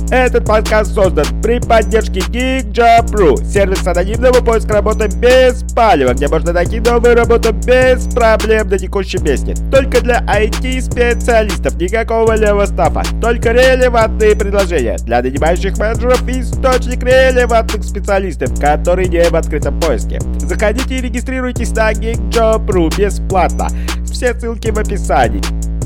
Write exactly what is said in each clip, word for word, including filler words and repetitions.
Этот подкаст создан при поддержке GeekJob.ru, сервис анонимного поиска работы без палева, где можно найти новую работу без проблем на текущем месте. Только для ай ти-специалистов, никакого левого стафа, только релевантные предложения для нанимающих менеджеров и источник релевантных специалистов, которые не в открытом поиске. Заходите и регистрируйтесь на GeekJob.ru бесплатно. Все ссылки в описании.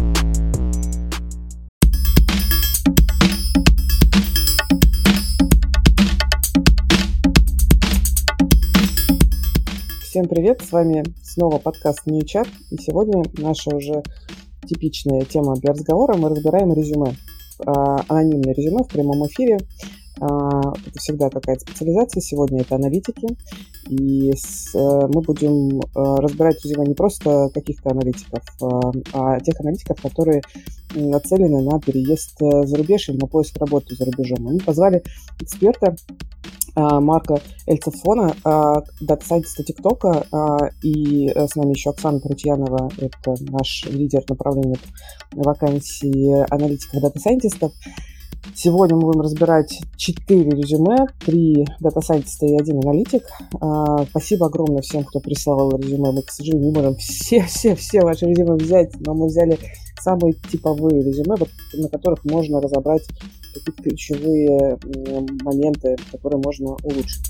Всем привет, с вами снова подкаст New Chat, и сегодня наша уже типичная тема для разговора. Мы разбираем резюме, анонимное резюме в прямом эфире. Это всегда какая-то специализация, сегодня это аналитики, и с, мы будем разбирать резюме не просто каких-то аналитиков, а тех аналитиков, которые нацелены на переезд за рубеж или на поиск работы за рубежом. Мы позвали эксперта Марка Эльцефона, дата-сайентиста ТикТока, и с нами еще Оксана Парутьянова, это наш лидер направления вакансий аналитиков дата-сайентистов. Сегодня мы будем разбирать четыре резюме, три дата-сайентиста и один аналитик. Спасибо огромное всем, кто прислал резюме. Мы, к сожалению, не можем все-все-все ваши резюме взять, но мы взяли самые типовые резюме, на которых можно разобрать какие-то ключевые моменты, которые можно улучшить.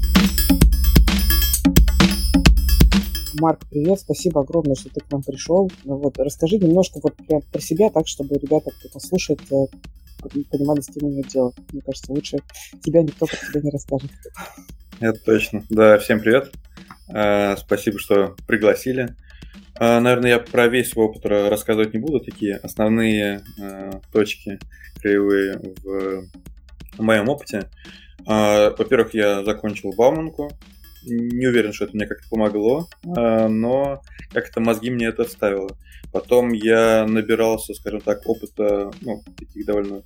Марк, привет, спасибо огромное, что ты к нам пришел. Вот, расскажи немножко вот прям про себя, так, чтобы ребята, кто послушает, понимали, с кем имеют дело. Мне кажется, лучше тебя никто про тебя не расскажет. Это точно. Да, всем привет. Спасибо, что пригласили. Наверное, я про весь свой опыт рассказывать не буду. Такие основные точки краевые в моем опыте. Во-первых, я закончил Бауманку. Не уверен, что это мне как-то помогло, но как-то мозги мне это вставило. Потом я набирался, скажем так, опыта, ну, в таких довольно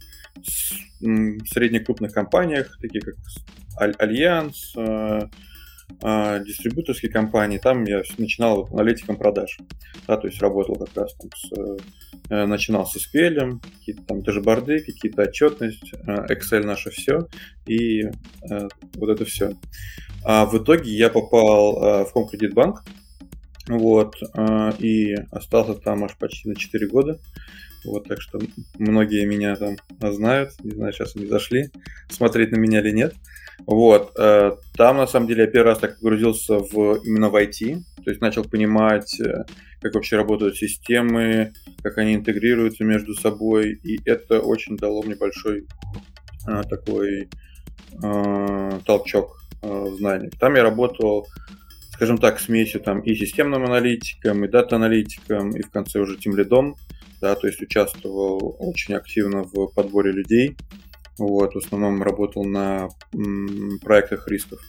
средних крупных компаниях, таких как Альянс, дистрибьюторские компании. Там я начинал вот аналитиком продаж. Да, то есть работал как раз там с, начинал с эс кью эль, какие-то там дашборды, какие-то отчетность, Excel наше все, и вот это все. А в итоге я попал в Хоумкредитбанк, вот, и остался там аж почти на четыре года. Вот, так что многие меня там знают, не знаю, сейчас они зашли, смотреть на меня или нет. Вот, там на самом деле я первый раз так погрузился в, именно в ай ти, то есть начал понимать, как вообще работают системы, как они интегрируются между собой, и это очень дало мне большой такой толчок знаний. Там я работал, скажем так, смесью там и системным аналитиком, и дата-аналитиком, и в конце уже тимлидом, да, то есть участвовал очень активно в подборе людей. Вот, в основном работал на м, проектах рисков.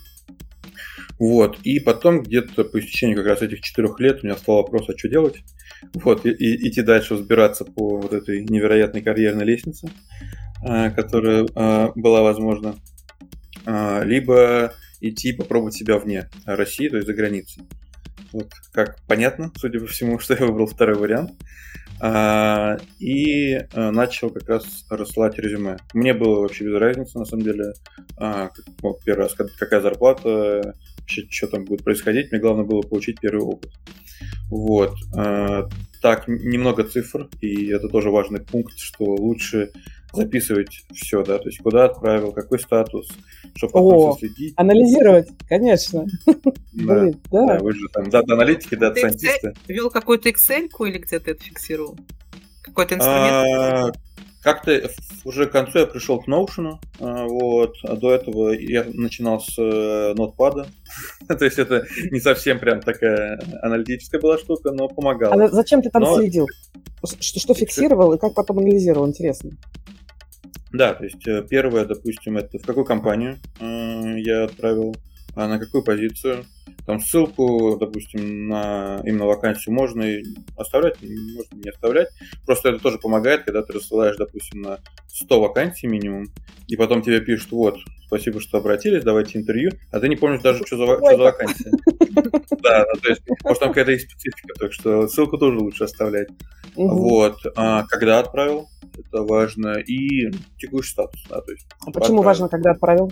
Вот, и потом где-то по истечении как раз этих четырех лет у меня стал вопрос, а что делать? Вот, и, и идти дальше взбираться по вот этой невероятной карьерной лестнице, а, которая а, была возможна. А, либо идти попробовать себя вне России, то есть за границей. Вот, как понятно, судя по всему, что я выбрал второй вариант. А, и а, начал как раз рассылать резюме. Мне было вообще без разницы, на самом деле, а, вот, первый раз, какая зарплата, вообще, что там будет происходить. Мне главное было получить первый опыт. Вот. А, так, немного цифр, и это тоже важный пункт, что лучше записывать все, да, то есть куда отправил, какой статус, чтобы потом все следить. Анализировать, конечно. Да, Блин, да. да, вы же там дата-аналитики, дата-сайентисты. Ты вел какую-то Excel-ку или где ты это фиксировал? Какой-то инструмент? А, как-то уже к концу я пришел к Notion, вот, а до этого я начинал с Notepad. То есть это не совсем прям такая аналитическая была штука, но помогала. А зачем ты там но... следил? Что, что фиксировал и как потом анализировал? Интересно. Да, то есть первое, допустим, это в какую компанию э, я отправил, а на какую позицию. Там ссылку, допустим, на именно вакансию можно оставлять, можно не оставлять. Просто это тоже помогает, когда ты рассылаешь, допустим, на сто вакансий минимум, и потом тебе пишут, вот, спасибо, что обратились, давайте интервью, а ты не помнишь даже, что за вакансия. Да, то есть, может, там какая-то есть специфика, так что ссылку тоже лучше оставлять. Вот, когда отправил, это важно, и текущий статус. Да, то есть, А почему важно, когда отправил?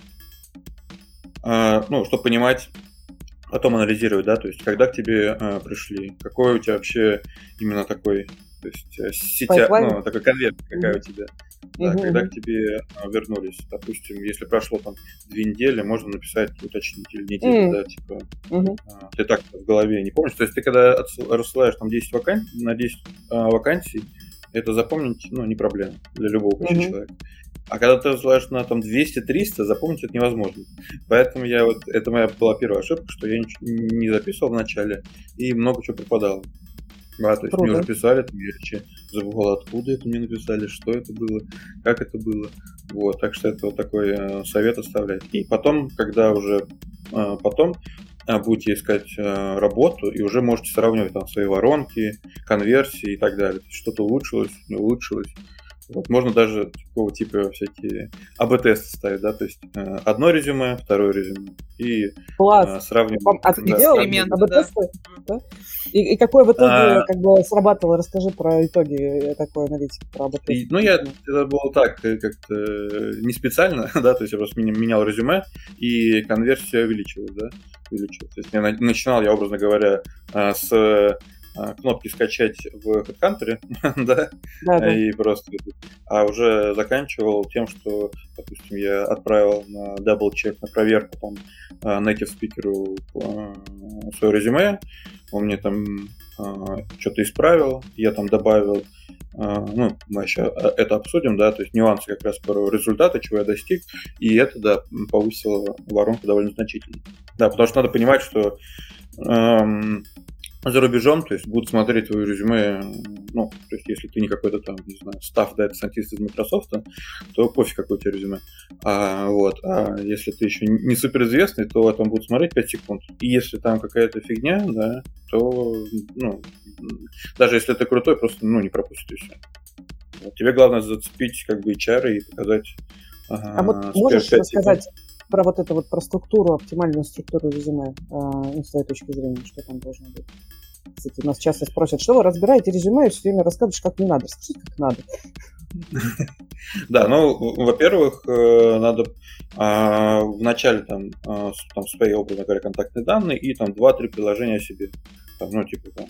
А, ну, чтобы понимать, потом анализировать, да, то есть, когда к тебе а, пришли, какой у тебя вообще именно такой, то есть, сетя, ну, такой конверт, какая mm-hmm. у тебя, да, mm-hmm. когда к тебе а, вернулись, допустим, если прошло там две недели, можно написать, уточнить или неделю, mm-hmm. да, типа, mm-hmm. а, ты так в голове не помнишь, то есть, ты когда рассылаешь там десять вакансий, на десять а, вакансий, это запомнить, ну, не проблема для любого mm-hmm. человека. А когда ты рассылаешь на там двести-триста, запомнить это невозможно. Поэтому я вот, это моя была первая ошибка, что я ничего не записывал в начале, и много чего пропадало. Да, то есть Круто. Мне уже писали, там, я вообще забывал, откуда это мне написали, что это было, как это было. Вот, так что это вот такой э, совет оставлять. И потом, когда уже э, потом э, будете искать э, работу, и уже можете сравнивать там свои воронки, конверсии и так далее. Что-то улучшилось, не улучшилось. Вот, можно даже такого типа всякие эй би тесты ставить, да, то есть э, одно резюме, второе резюме и э, сравнивать. А ты да, делал эй би тесты? Да? И, и какое в итоге а, как бы срабатывало? Расскажи про итоги такой аналитики, про эй би тесты. Ну, я, это было так, как-то не специально, да, то есть я просто менял резюме, и конверсия увеличилась, да, увеличилась. То есть я начинал, я, образно говоря, с кнопки скачать в HeadHunter, да, да, да, и просто, а уже заканчивал тем, что, допустим, я отправил на дабл-чек, на проверку там native спикеру свое резюме, он мне там что-то исправил, я там добавил, ну, мы еще это обсудим, да, то есть нюансы как раз про результаты, чего я достиг, и это, да, повысило воронку довольно значительно. Да, потому что надо понимать, что эм, за рубежом, то есть будут смотреть твое резюме, ну, то есть если ты не какой-то там, не знаю, staff data scientist из Microsoft, то пофиг, какое у тебя резюме. А, вот, а если ты еще не суперизвестный, то там будут смотреть пять секунд. И если там какая-то фигня, да, то, ну, даже если ты крутой, просто, ну, не пропустишь и все. Вот. Тебе главное зацепить, как бы, эйч ар и показать. Ага, а вот можешь рассказать секунд. Про вот это вот, про структуру, оптимальную структуру резюме, ну, с твоей точки зрения, что там должно быть? Кстати, нас часто спросят, что вы разбираете резюме и все время рассказываешь, как не надо. Расскажите, как надо. Да, ну, во-первых, надо в начале там свои, образно говоря, контактные данные и там два-три приложения о себе. Ну, типа там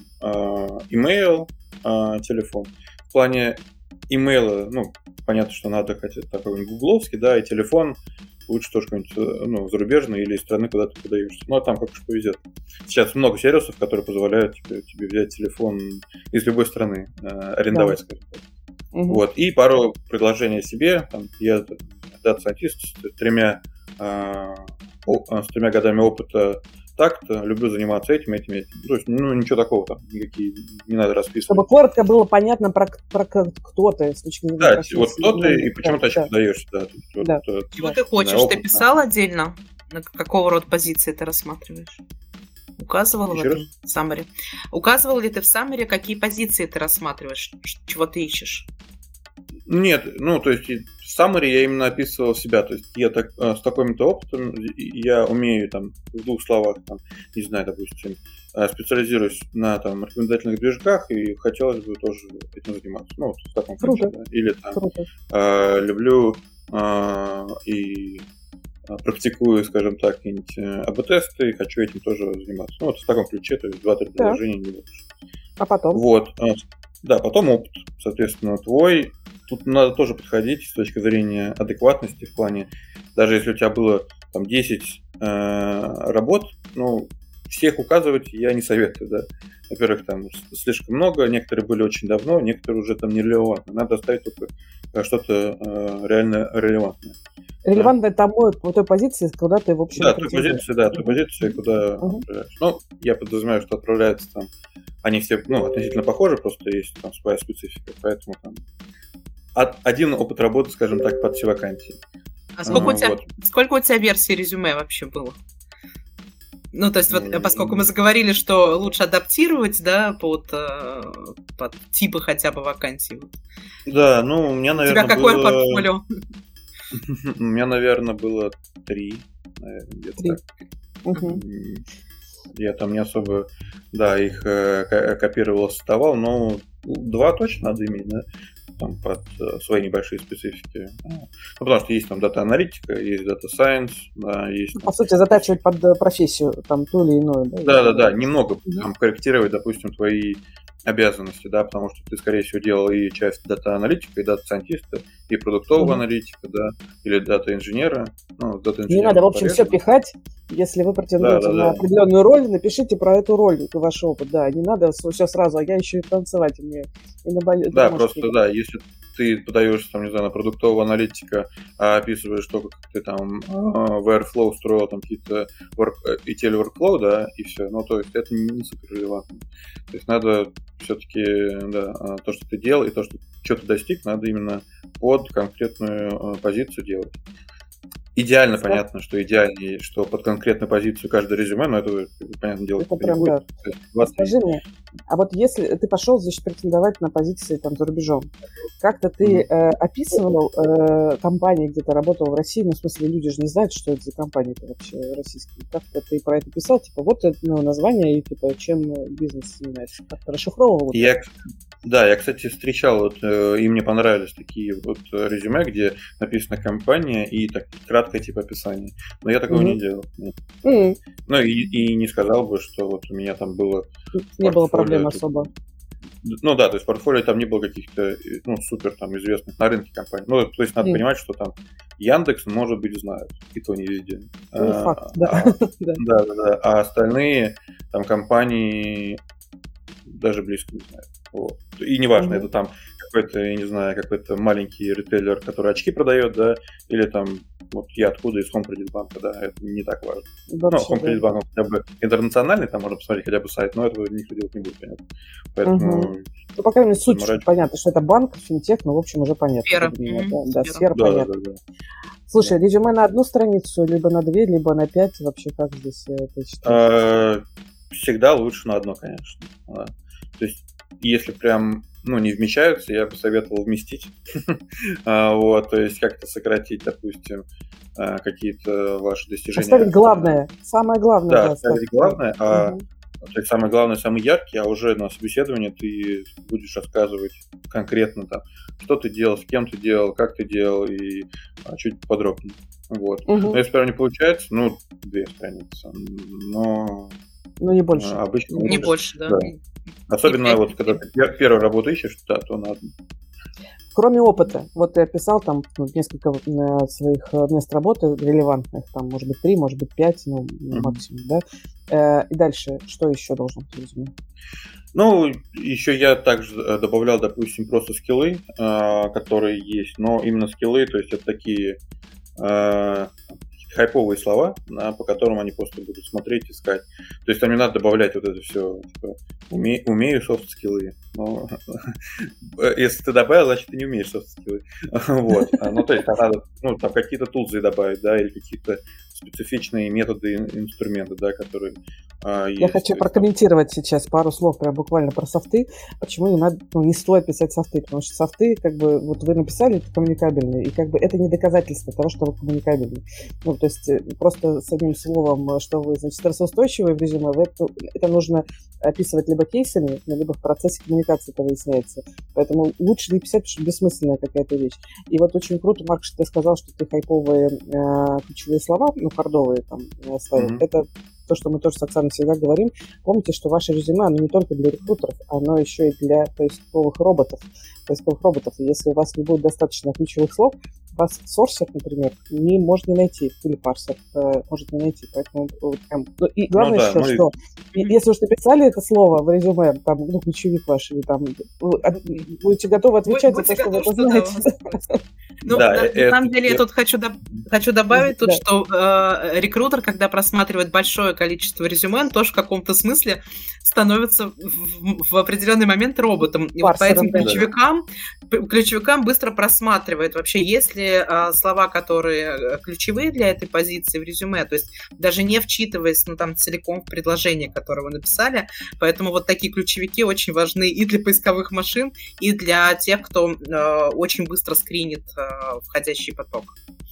email, телефон. В плане имейла, ну, понятно, что надо хотеть такой гугловский, да, и телефон лучше тоже какой-нибудь, ну, зарубежный или из страны, куда ты подаешься. Ну, а там как уж повезет. Сейчас много сервисов, которые позволяют тебе, тебе взять телефон из любой страны, э, арендовать, да. скажем так. Угу. Вот. И пару предложений о себе. Там, я дата-сайентист с тремя, э, о, с тремя годами опыта так-то, люблю заниматься этим, этим, этим. То есть, ну, ничего такого там, никакие, не надо расписывать. Чтобы коротко было понятно, про, про кто ты, с точки зрения. Да, вот кто ты и почему ты очки подаешься, да. да. Вот, чего ты хочешь? Ты писал отдельно? На какого рода позиции ты рассматриваешь? Указывал в этом саммари? Указывал ли ты в саммари, какие позиции ты рассматриваешь, чего ты ищешь? Нет, ну, то есть в summary я именно описывал себя, то есть я так, с таким-то опытом, я умею там в двух словах, там, не знаю, допустим, специализируюсь на там рекомендательных движках и хотелось бы тоже этим заниматься, ну, вот в таком ключе, да. Или там э, люблю э, и практикую, скажем так, какие-нибудь эй би тесты и хочу этим тоже заниматься, ну, вот в таком ключе, то есть два-три да. приложения не больше. А потом? Вот, да, потом опыт, соответственно, твой. Тут надо тоже подходить с точки зрения адекватности в плане, даже если у тебя было там десять э, работ, ну, всех указывать я не советую, да. Во-первых, там слишком много, некоторые были очень давно, некоторые уже там нерелевантны. Надо оставить только что-то э, реально релевантное. Релевантное да. тому, по той позиции, куда ты, в общем, да, той позиции, да, той позиции, куда uh-huh. отправляешь. Ну, я подразумеваю, что отправляется там, они все, ну, относительно похожи, просто есть там своя специфика, поэтому там один опыт работы, скажем так, под все вакансии. А сколько, а, у тебя, вот. сколько у тебя версий резюме вообще было? Ну, то есть, вот, mm-hmm. поскольку мы заговорили, что лучше адаптировать, да, под, под типы хотя бы вакансий. Да, ну, у меня, наверное, у тебя какое было... портфолио? У меня, наверное, было три, наверное, где-то три. так. Uh-huh. Я там не особо, да, их копировал, создавал, но два точно надо иметь, да. там, под свои небольшие специфики. Ну, потому что есть там дата-аналитика, есть дата-сайенс, да, есть... По сути, затачивать под профессию, там, ту или иную. Да-да-да, немного там, корректировать, допустим, твои обязанности, да, потому что ты, скорее всего, делал и часть дата-аналитика, и дата-сайентиста, и продуктового mm-hmm. аналитика, да, или дата-инженера. Ну, дата-инженера. Не надо, в общем, все пихать. Если вы претендуете да, да, на да. определенную роль, напишите про эту роль, ваш опыт, да. Не надо все сразу, а я еще и танцевать умею. И на бали... Да, просто, играть. Да, если ты подаешься, там, не знаю, на продуктового аналитика, а описываешь то, как ты там uh, в Airflow строил там какие-то work, и теле-workflow, да, и все. Ну, то есть это не супер релевантно. То есть надо все-таки, да, то, что ты делал, и то, что, что ты достиг, надо именно под конкретную позицию делать. Идеально, что? Понятно, что идеальнее, что под конкретную позицию каждое резюме, но это, понятно, делать это прям, да. Скажи мне, а вот если ты пошел, значит, претендовать на позиции там за рубежом, как-то ты mm-hmm. э, описывал э, компании, где ты работал в России, ну, в смысле, люди же не знают, что это за компании-то вообще российские. Как-то ты про это писал, типа, вот это ну, название и, типа, чем бизнес занимается. Как-то расшифровывал? Я, да, я, кстати, встречал, вот, э, и мне понравились такие вот резюме, где написана компания и так краткое типа описание. Но я такого mm-hmm. не делал. Mm-hmm. Ну, и, и не сказал бы, что вот у меня там было... Не было проблем особо. Ну да, то есть в портфолио там не было каких-то, ну, супер там известных на рынке компаний. Ну, то есть надо mm. понимать, что там Яндекс, может быть, знают, и то не везде. Ну, а, факт, да. А, да, да, да. А остальные там компании даже близко не знают. Вот. И неважно, mm-hmm. это там какой-то, я не знаю, какой-то маленький ритейлер, который очки продает, да, или там вот я откуда, из Home Credit Bank, да, это не так важно. Вообще, ну, Home Credit Bank хотя бы интернациональный, там можно посмотреть хотя бы сайт, но этого никто делать не будет, понятно. Поэтому... Угу. Ну, по крайней мере, суть морать... понятно, что это банк, финтех, но, в общем, уже понятно. Сфера. Mm-hmm. Да, да, сфера, сфера да, понятна. Да, да, да. Слушай, да. резюме на одну страницу, либо на две, либо на пять, вообще как здесь это считаешь? Всегда лучше на одно, конечно. Да. То есть, если прям ну, не вмещаются, я бы советовал вместить. Вот, то есть как-то сократить, допустим, какие-то ваши достижения. Оставить главное, самое главное. Да, оставить главное, а то есть самое главное, самый яркий, а уже на собеседовании ты будешь рассказывать конкретно там, что ты делал, с кем ты делал, как ты делал и чуть подробнее. Вот. Угу. Но если прям не получается, ну, две страницы. Но Ну, не больше. Обычно не больше, да. да. Особенно вот когда ты первую работу ищешь, да, то надо. Кроме опыта, вот ты описал там ну, несколько своих мест работы релевантных, там, может быть, три, может быть, пять, ну, mm-hmm. максимум, да? И дальше, что еще должно быть в резюме? Ну, еще я также добавлял, допустим, просто скиллы, которые есть, но именно скиллы, то есть это такие хайповые слова, да, по которым они просто будут смотреть, искать. То есть там не надо добавлять вот это все, типа, уме, умею софт-скиллы. Но, если ты добавил, значит, ты не умеешь софт-скиллы. Вот. Ну, то есть там надо ну, там какие-то тулзы добавить, да, или какие-то специфичные методы, инструменты, да, которые а, есть. Я хочу прокомментировать сейчас пару слов прям буквально про софты. Почему не надо, ну, не стоит писать софты? Потому что софты, как бы, вот вы написали, это коммуникабельные, и как бы это не доказательство того, что вы коммуникабельны. Ну, то есть просто с одним словом, что вы, значит, стрессоустойчивые в резюме, это, это нужно описывать либо кейсами, либо в процессе коммуникации это выясняется. Поэтому лучше не писать, потому что бессмысленная какая-то вещь. И вот очень круто, Марк, что ты сказал, что ты хайповые э, ключевые слова, ну, хардовые там ставил. Mm-hmm. Это то, что мы тоже с Оксаной всегда говорим. Помните, что ваше резюме, оно не только для рекрутеров, оно еще и для поисковых роботов. Поисковых роботов. И если у вас не будет достаточно ключевых слов, вас сорсер, например, не может не найти, или парсер э, может не найти. Поэтому прям... ну, и главное ну, да, еще, что и... если уж написали это слово в резюме, там, ну, ключевик ваш, или там, вы будете готовы отвечать за то, что вы это знаете. Ну, да, на, это, на самом деле, я тут хочу, до, хочу добавить, тут, да. что э, рекрутер, когда просматривает большое количество резюме, он тоже в каком-то смысле становится в, в определенный момент роботом. И вот по этим да. ключевикам, ключевикам быстро просматривает вообще, есть ли э, слова, которые ключевые для этой позиции в резюме, то есть даже не вчитываясь ну, там, целиком в предложение, которое вы написали. Поэтому вот такие ключевики очень важны и для поисковых машин, и для тех, кто э, очень быстро скринит входящий поток. Да,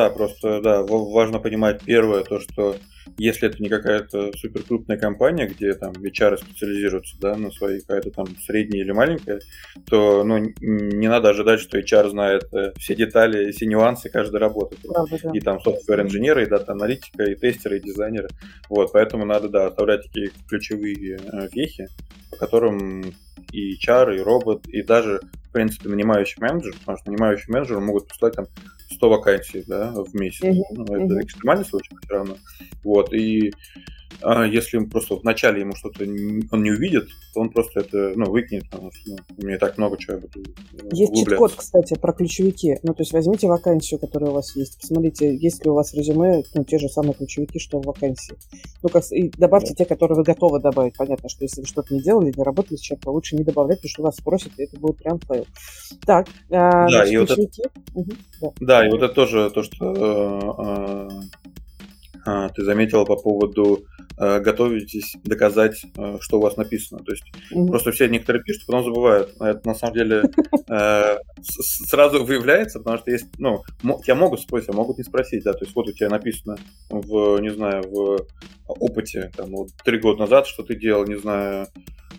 да, просто, да, важно понимать первое, то, что если это не какая-то суперкрупная компания, где там эйч ар специализируются, да, на своей, какая-то там средняя или маленькая, то, ну, не надо ожидать, что эйч ар знает все детали, все нюансы каждой работы. Правда, да. И там софтвер-инженеры, и дата-аналитика, и тестеры, и дизайнеры. Вот, поэтому надо, да, оставлять такие ключевые вехи, по которым и эйч ар, и робот, и даже, в принципе, нанимающий менеджер, потому что нанимающий менеджер могут послать там сто вакансий, да, в месяц. Uh-huh. Ну, это uh-huh. экстремальный случай все равно. Вот, и а, если просто вначале ему что-то не, он не увидит, то он просто это, ну, выкинет, потому что ну, у меня так много чего я буду Есть чит-код, кстати, про ключевики. Ну, то есть возьмите вакансию, которая у вас есть, посмотрите, есть ли у вас в резюме, ну, те же самые ключевики, что в вакансии. Ну, как, и добавьте yeah. те, которые вы готовы добавить. Понятно, что если вы что-то не делали, не работали с чем-то, лучше не добавлять, потому что вас спросят, и это будет прям файл. Так, а, да, значит, и ключевики. Вот это... угу, да. да, и вот это тоже то, что э, э, ты заметила по поводу э, готовитесь доказать, э, что у вас написано. То есть mm-hmm. просто все некоторые пишут, потом забывают. Это на самом деле э, сразу выявляется, потому что есть, ну, тебя могут спросить, а могут не спросить, да. То есть вот у тебя написано в, не знаю, в опыте, там, вот, три года назад, что ты делал, не знаю,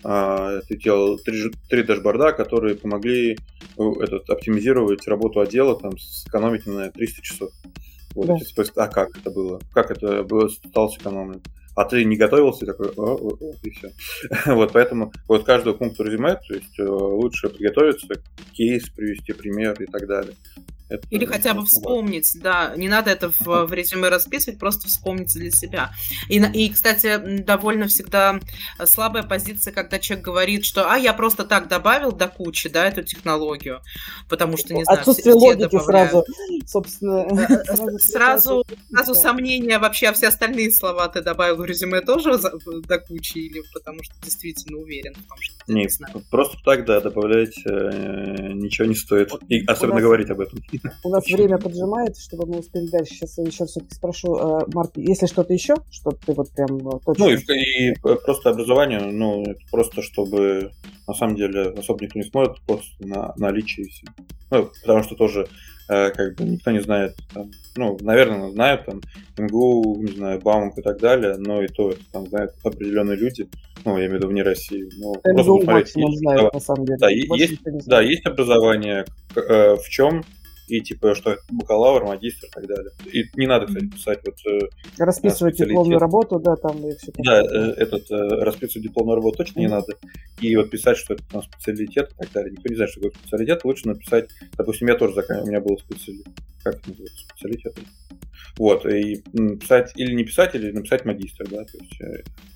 э, ты делал три, три дашборда, которые помогли этот, оптимизировать работу отдела, там, сэкономить, не знаю, триста часов. Вот, да. А как это было? Как это было, стало сэкономлено? А ты не готовился, и такой, о, о, о, и все. Вот, поэтому вот каждому пункту резюме, то есть лучше подготовиться, кейс привести, пример и так далее. Это, Или хотя бы вспомнить, да, не надо это в, в резюме расписывать, просто вспомнить для себя. И, и, кстати, довольно всегда слабая позиция, когда человек говорит, что, а, я просто так добавил до кучи, да, эту технологию, потому что, не знаю, отсутствие все, логики все сразу, собственно. Сразу, сразу, сразу сомнения, вообще, а все остальные слова ты добавил в резюме тоже до кучи, или потому что действительно уверен в том, что ты не, не знаешь? Просто так, да, добавлять э, ничего не стоит, и особенно нас... говорить об этом. У нас время поджимает, чтобы мы успели дальше. Сейчас еще все-таки спрошу, Марк, если что-то еще, что ты вот прям точно... Ну, и, и просто образование, ну, это просто чтобы, на самом деле, особо никто не смотрит, просто на наличие и все. Ну, потому что тоже, э, как бы, никто не знает, там, ну, наверное, знают, там, эм гэ у, не знаю, Бауманг и так далее, но и то, это, там, знают определенные люди, ну, я имею в виду вне России. Ну, эм гэ у максимум знают, на самом деле. Да, есть, да, есть образование, э, в чем... И типа, что это бакалавр, магистр и так далее. И не надо, кстати, писать вот... Расписывать дипломную работу, да, там и все такое. Да, этот, расписывать дипломную работу точно mm-hmm. не надо. И вот писать, что это там специалитет и так далее. Никто не знает, что такое специалитет. Лучше написать, допустим, я тоже заканчивал, у меня был специалитет. Как это называется? Специалитет. Вот, и писать, или не писать, или написать магистр, да, то есть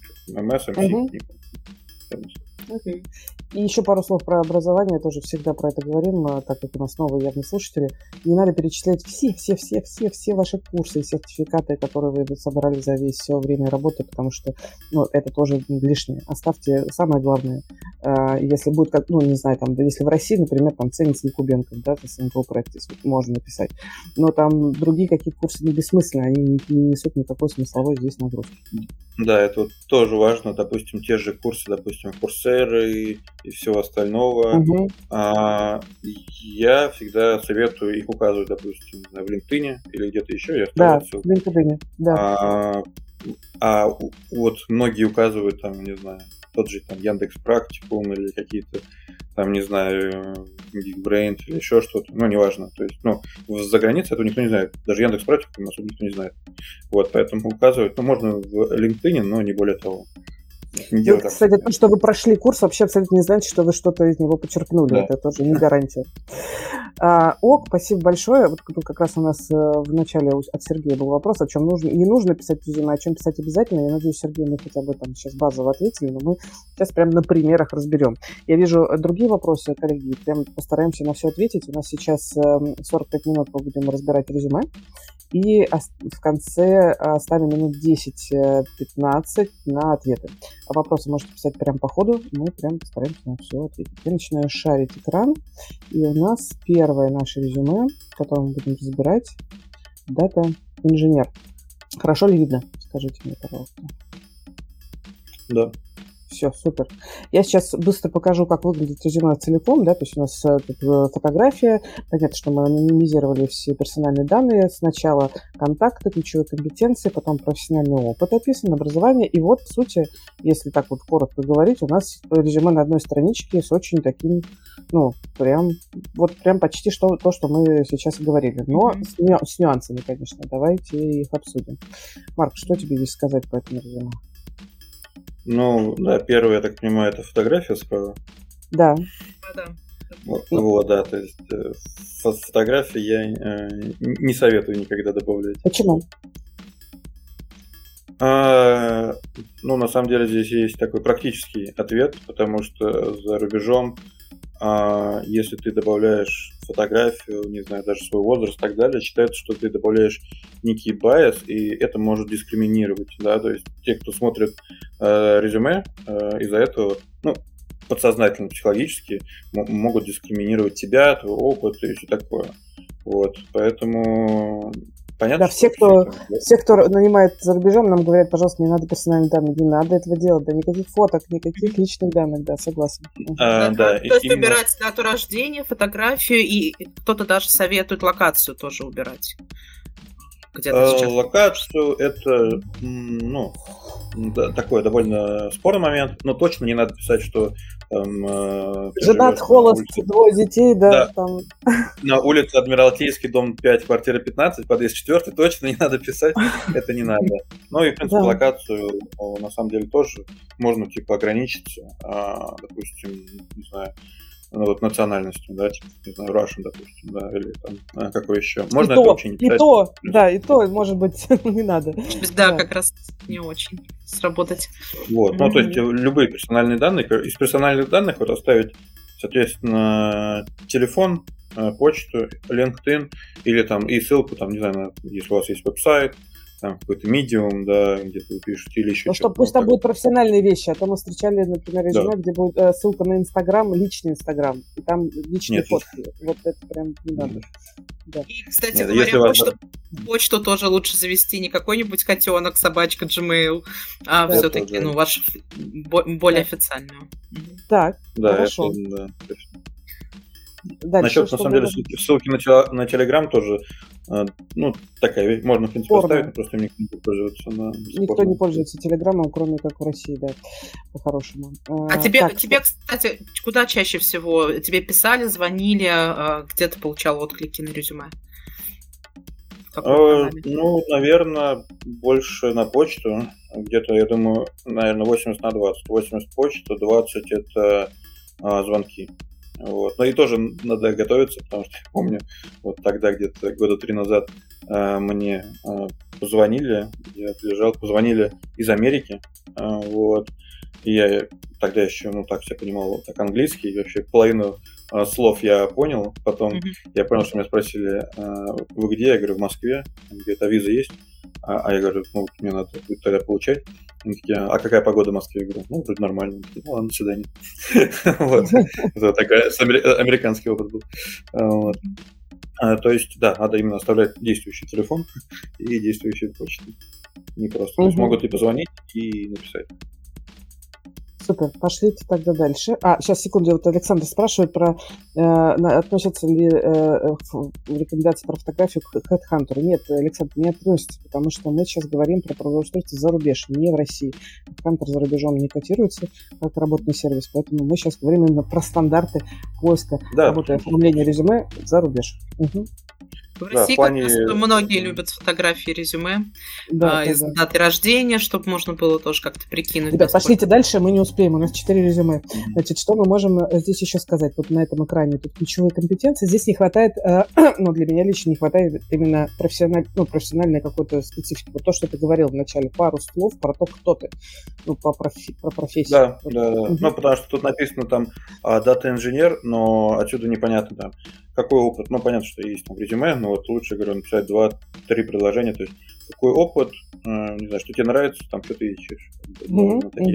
эм эс, эм си, mm-hmm. Okay. И еще пару слов про образование, тоже всегда про это говорим, так как у нас новые явные слушатели. Не надо перечислять все-все-все-все-все ваши курсы и сертификаты, которые вы собрали за весь все время работы, потому что, ну, это тоже лишнее. Оставьте самое главное. Если будет, как, ну, не знаю, там, если в России, например, там ценится Якубенко, да, с эм гэ у Practice, можно написать. Но там другие какие-то курсы не бессмысленны, они не, не несут никакой смысловой здесь нагрузки. Да, это вот тоже важно, допустим, те же курсы, допустим, курсеры и, и всего остального. Угу. А, я всегда советую их указывать, допустим, в LinkedIn или где-то еще. Я да, в LinkedIn, да. А, а вот многие указывают, там, не знаю, тот же там Яндекс.Практикум или какие-то там, не знаю, Geekbrains или еще что-то, ну, неважно. То есть, ну, за границей этого никто не знает. Даже Яндекс.Практикум особо никто не знает. Вот, поэтому указывать, ну, можно в LinkedIn, но не более того. Не вот, кстати, то, что вы прошли курс, вообще абсолютно не значит, что вы что-то из него почерпнули. Да. Это тоже не гарантия. А, ок, спасибо большое. Вот как раз у нас в начале от Сергея был вопрос, о чем нужно и не нужно писать резюме, о чем писать обязательно. Я надеюсь, Сергей, мы хотя бы там сейчас базово ответили, но мы сейчас прям на примерах разберем. Я вижу другие вопросы, коллеги, прям постараемся на все ответить. У нас сейчас сорок пять минут мы будем разбирать резюме. И в конце оставим минут десять-пятнадцать на ответы. А вопросы можете писать прямо по ходу, мы прям постараемся на все ответить. Я начинаю шарить экран, и у нас первое наше резюме, которое мы будем разбирать, дата-инженер. Хорошо ли видно? Скажите мне, пожалуйста. Да. Все Все, супер. Я сейчас быстро покажу, как выглядит резюме целиком, да, то есть у нас тут фотография, понятно, что мы анонимизировали все персональные данные, сначала контакты, ключевые компетенции, потом профессиональный опыт описан, образование, и вот, в сути, если так вот коротко говорить, у нас резюме на одной страничке с очень таким, ну, прям, вот прям почти что, то, что мы сейчас говорили, но mm-hmm. с, ню- с нюансами, конечно, давайте их обсудим. Марк, что тебе здесь сказать по этому резюме? Ну, да, первое, я так понимаю, это фотография справа. Да. Да. Вот, вот, да, то есть э, фотографии я э, не советую никогда добавлять. Почему? А, ну, на самом деле здесь есть такой практический ответ, потому что за рубежом, а, если ты добавляешь фотографию, не знаю, даже свой возраст и так далее, считается, что ты добавляешь некий байс, и это может дискриминировать, да, то есть те, кто смотрит э, резюме, э, из-за этого, ну, подсознательно, психологически м- могут дискриминировать тебя, твой опыт и все такое. Вот, поэтому понятно, да, все, кто, все, кто нанимает за рубежом, нам говорят, пожалуйста, не надо персональные данные, не надо этого делать, да, никаких фоток, никаких личных данных, да, согласен. А, да, да, то есть именно... убирать дату рождения, фотографию, и кто-то даже советует локацию тоже убирать. Где-то сейчас. Локацию это, ну, да, такой довольно спорный момент, но точно не надо писать, что там, женат, холост, двое детей, да, да, там. На улице Адмиралтейский, дом пять, квартира пятнадцать, подъезд четыре, точно не надо писать, это не надо. Ну и, в принципе, да. Локацию, на самом деле, тоже можно, типа, ограничиться, допустим, не знаю, ну, вот национальностью, да, типа, не знаю, Russian, допустим, да, или там, а, какой еще. Можно и это то, вообще не писать. И то, да, и то, может быть, не надо. Да, да, как раз не очень сработать. Вот, ну, mm-hmm. то есть любые персональные данные, из персональных данных вот оставить, соответственно, телефон, почту, LinkedIn, или там, и ссылку, там, не знаю, на, если у вас есть веб-сайт, там какой-то медиум, да, где-то вы пишете, или еще ну, что-то. Ну, пусть там будут профессиональные вещи, а то мы встречали, например, резюме, да. где будет э, ссылка на Инстаграм, личный Инстаграм, и там личные Нет, фотки. Нет. Вот это прям не надо. Нет. Да. И, кстати Нет, говоря, почту, вас... почту тоже лучше завести не какой-нибудь котенок, собачка, Gmail, а да, все-таки, да. ну, вашу более да. официальную. Так, да, хорошо. Это, да, точно. Дальше, Насчет, на самом деле, ссылки на, теле, на Telegram тоже, ну, такая вещь, можно, в принципе, Спорно. оставить, но просто никто не пользуется. На... Никто не пользуется Телеграмом, кроме как в России, да, по-хорошему. А, а тебе, так, тебе, кстати, куда чаще всего? Тебе писали, звонили, где ты получал отклики на резюме? А, ну, наверное, больше на почту, где-то, я думаю, наверное, восемьдесят на двадцать. восемьдесят почта, двадцать это а, звонки. Вот. Но и тоже надо готовиться, потому что я помню, вот тогда где-то года три назад э, мне э, позвонили, я лежал, позвонили из Америки, э, вот, и я тогда еще, ну, так все понимал, так английский, и вообще половину э, слов я понял, потом mm-hmm. я понял, что меня спросили, э, вы где? Я говорю, в Москве, где-то виза есть, а, а я говорю, ну, мне надо будет тогда получать. Они такие, а какая погода в Москве? Я говорю, ну, вроде нормально. Ну, ладно, до свидания. Вот. Это такой американский опыт был. То есть, да, надо именно оставлять действующий телефон и действующую почту. Не просто. То есть могут и позвонить, и написать. Супер, пошлите тогда дальше. А, сейчас, секунду, вот Александр спрашивает про, э, относятся ли э, рекомендации про фотографию к HeadHunter. Нет, Александр, не относится, потому что мы сейчас говорим про трудоустройство за рубеж, не в России. HeadHunter за рубежом не котируется как работный сервис, поэтому мы сейчас говорим именно про стандарты поиска да. работы и оформления резюме за рубеж. Угу. В России да, плане... как раз многие любят фотографии резюме да, а, да, из да. даты рождения, чтобы можно было тоже как-то прикинуть. Ребят, пошлите дальше, мы не успеем, у нас четыре резюме. Значит, что мы можем здесь еще сказать? Вот на этом экране тут ключевые компетенции. Здесь не хватает, э, ну, для меня лично не хватает именно профессиональ... ну, профессиональной какой-то специфики. Вот то, что ты говорил вначале, пару слов про то, кто ты, ну, по профи... про профессию. Да, вот. да, да. Угу. Ну, потому что тут написано там дата-инженер, но отсюда непонятно там, какой опыт. Ну, понятно, что есть там резюме, но вот лучше, говорю, написать два-три предложения, то есть какой опыт, э, не знаю, что тебе нравится, там что ты ищешь. Mm-hmm. Mm-hmm.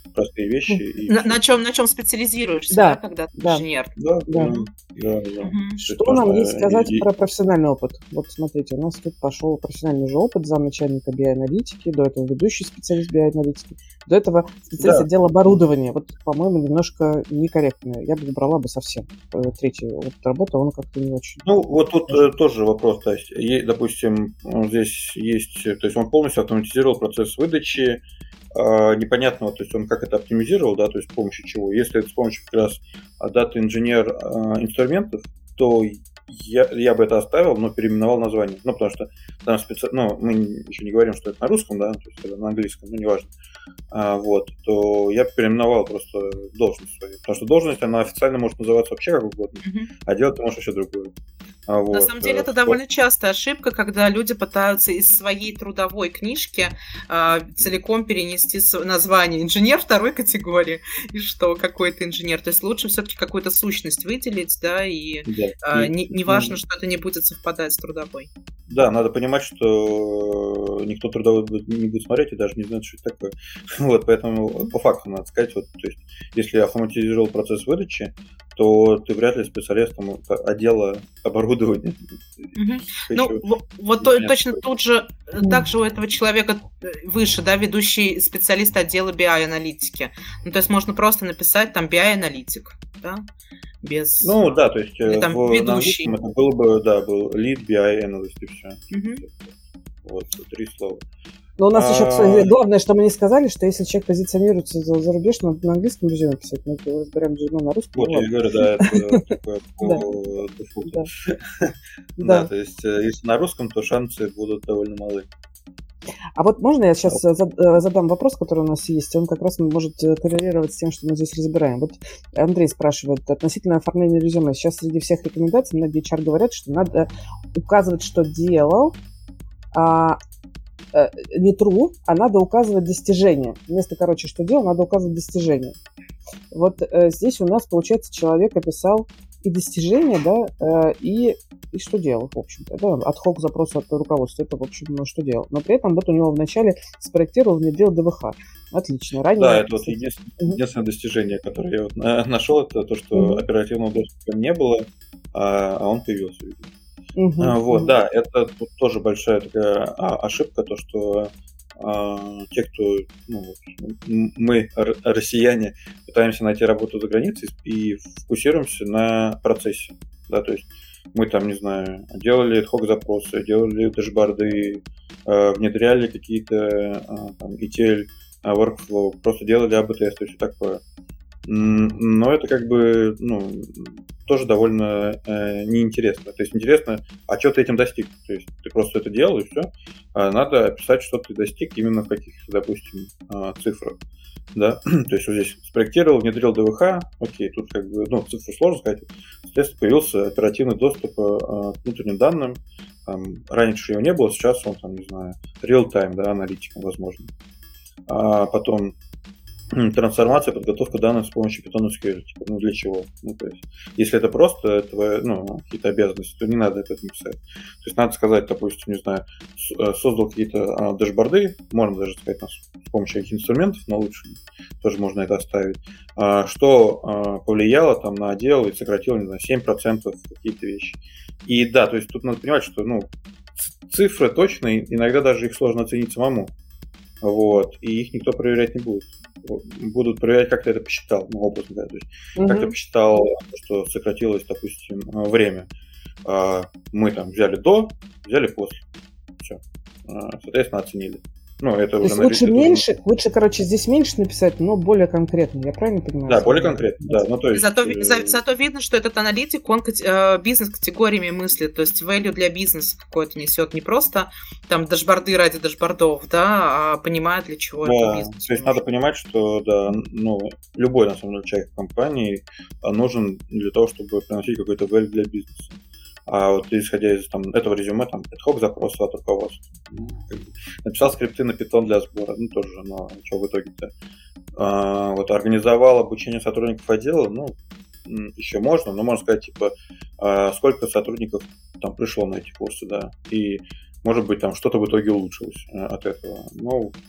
простые вещи. И на, на, чем, на чем специализируешься, да, да, когда ты да, инженер? Да, да. да, да, да. Угу. Что нам есть сказать и... про профессиональный опыт? Вот смотрите, у нас тут пошел профессиональный же опыт замначальника би ай-аналитики, до этого ведущий специалист би ай-аналитики, до этого специалист да. отдела оборудования. Вот, по-моему, немножко некорректно. Я бы убрала бы совсем. Третий опыт работы, он как-то не очень. Ну, вот тут э, тоже вопрос. То есть, е- допустим, здесь есть, то есть он полностью автоматизировал процесс выдачи, э, непонятного, то есть он как это оптимизировал, да, то есть с помощью чего. Если это с помощью как раз дата-инженер э, инструментов, то я, я бы это оставил, но переименовал название. Ну, потому что там специ... ну, мы еще не говорим, что это на русском, да, то есть это на английском, ну, неважно. А, вот, то я переименовал просто должность свою. Потому что должность, она официально может называться вообще как угодно, mm-hmm. а делать ты можешь вообще другое. А, вот. На самом деле это довольно частая ошибка, когда люди пытаются из своей трудовой книжки э, целиком перенести название инженер второй категории, и что какой-то инженер. То есть лучше все-таки какую-то сущность выделить, да, и да. э, не, не важно, что это не будет совпадать с трудовой. Да, надо понимать, что никто трудовой не будет смотреть и даже не знает, что это такое. Вот, поэтому по факту надо сказать, вот, то есть, если автоматизировал процесс выдачи, то ты вряд ли специалист там, отдела оборудования. Угу. Ну, вот, вот точно тут же, mm. также у этого человека выше, да, ведущий специалист отдела би ай-аналитики. Ну, то есть можно просто написать там би ай-аналитик, да, без... Ну, да, то есть или, там, в ведущий. Это было бы, да, был lead би ай-аналист и все. Угу. Вот, три слова. Но у нас а... еще, кстати, главное, что мы не сказали, что если человек позиционируется за, за рубеж, надо на английском резюме написать, мы разбираем резюме на русском. Вот, я говорю, да, это такое по дефолту. Да, то есть если на русском, то шансы будут довольно малы. А вот можно я сейчас задам вопрос, который у нас есть, он как раз может коррелировать с тем, что мы здесь разбираем. Вот Андрей спрашивает относительно оформления резюме. Сейчас среди всех рекомендаций многие эйч ар говорят, что надо указывать, что делал, а не true, а надо указывать достижения. Вместо, короче, что делал, надо указывать достижения. Вот э, здесь у нас, получается, человек описал и достижения, да, э, и, и что делал, в общем-то. Да, ad-hoc запрос от руководства, это, в общем, ну, что делал. Но при этом вот у него вначале спроектировал, внедрил ди ви эйч. Отлично. Ранее да, это вот единственное, uh-huh. единственное достижение, которое я вот нашел, это то, что uh-huh. оперативного доступа не было, а, а он появился. Uh-huh. А, вот, uh-huh. да, это тут тоже большая такая ошибка, то, что а, те, кто, ну, мы, р- россияне, пытаемся найти работу за границей и фокусируемся на процессе, да, то есть мы там, не знаю, делали ad-hoc-запросы, делали дэшборды, э, внедряли какие-то э, там, и ти эл, э, workflow, просто делали эй би тесты и все такое. Но это как бы, ну, тоже довольно э, неинтересно. То есть интересно, а что ты этим достиг? То есть ты просто это делал и все. А надо описать, что ты достиг именно в каких-то, допустим, э, цифрах. Да? То есть вот здесь спроектировал, внедрил ди ви эйч, окей, тут как бы, ну, цифру сложно сказать. Соответственно, появился оперативный доступ э, к внутренним данным. Там, раньше его не было, сейчас он, там, не знаю, real-time, да, аналитиком, возможно. А потом трансформация, подготовка данных с помощью Python эс кью эль. Типа, ну, для чего? Ну, то есть, если это просто твои, ну, какие-то обязанности, то не надо это написать. То есть, надо сказать, допустим, не знаю, создал какие-то а, дэшборды, можно даже сказать, с помощью каких инструментов, но лучше тоже можно это оставить, а, что а, повлияло там на отдел и сократило, не знаю, семь процентов какие-то вещи. И да, то есть, тут надо понимать, что, ну, цифры точные, иногда даже их сложно оценить самому. Вот, и их никто проверять не будет. Будут проверять, как ты это посчитал, ну, образно, да, то есть, mm-hmm. как ты посчитал, что сократилось, допустим, время. Мы там взяли до, взяли после. Все. Соответственно, оценили. Ну, это то уже есть лучше меньше, уже... лучше, короче, здесь меньше написать, но более конкретно, я правильно понимаю? Да, более конкретно, да. Ну, то есть, зато, э... за, зато видно, что этот аналитик, он э, бизнес-категориями мыслит, то есть value для бизнеса какой-то несет, не просто там дашборды ради дашбордов, да, а понимает, для чего да, это бизнес. То есть надо понимать, что, да, ну, любой, на самом деле, человек в компании нужен для того, чтобы приносить какой-то value для бизнеса. А вот исходя из там, этого резюме, там, ad-hoc запрос от руководства. Ну, как бы, написал скрипты на Python для сбора, ну, тоже, но что в итоге-то. А, вот, организовал обучение сотрудников отдела, ну, еще можно, но можно сказать, типа, а, сколько сотрудников там пришло на эти курсы, да, и, может быть, там что-то в итоге улучшилось от этого. Ну,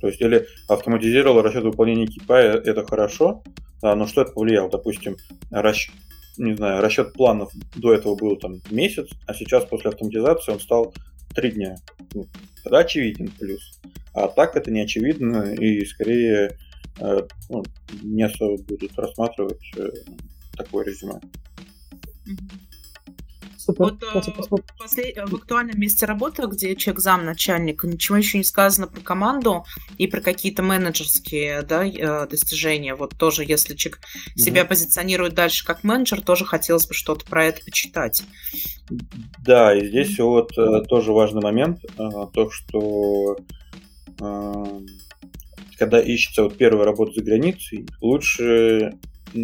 То есть, или автоматизировал расчет выполнения кей пи ай, это хорошо, да, но что это повлияло? Допустим, расчет, не знаю, расчет планов до этого был там месяц, а сейчас после автоматизации он стал три дня. Ну, тогда очевиден плюс. А так это не очевидно, и скорее э, ну, не особо будут рассматривать э, такое резюме. Супер. Вот э, после, в актуальном месте работы, где человек замначальник, ничего еще не сказано про команду и про какие-то менеджерские, да, э, достижения. Вот тоже, если человек угу. себя позиционирует дальше как менеджер, тоже хотелось бы что-то про это почитать. Да, и здесь mm-hmm. вот э, тоже важный момент, э, то, что э, когда ищется вот первая работа за границей, лучше э,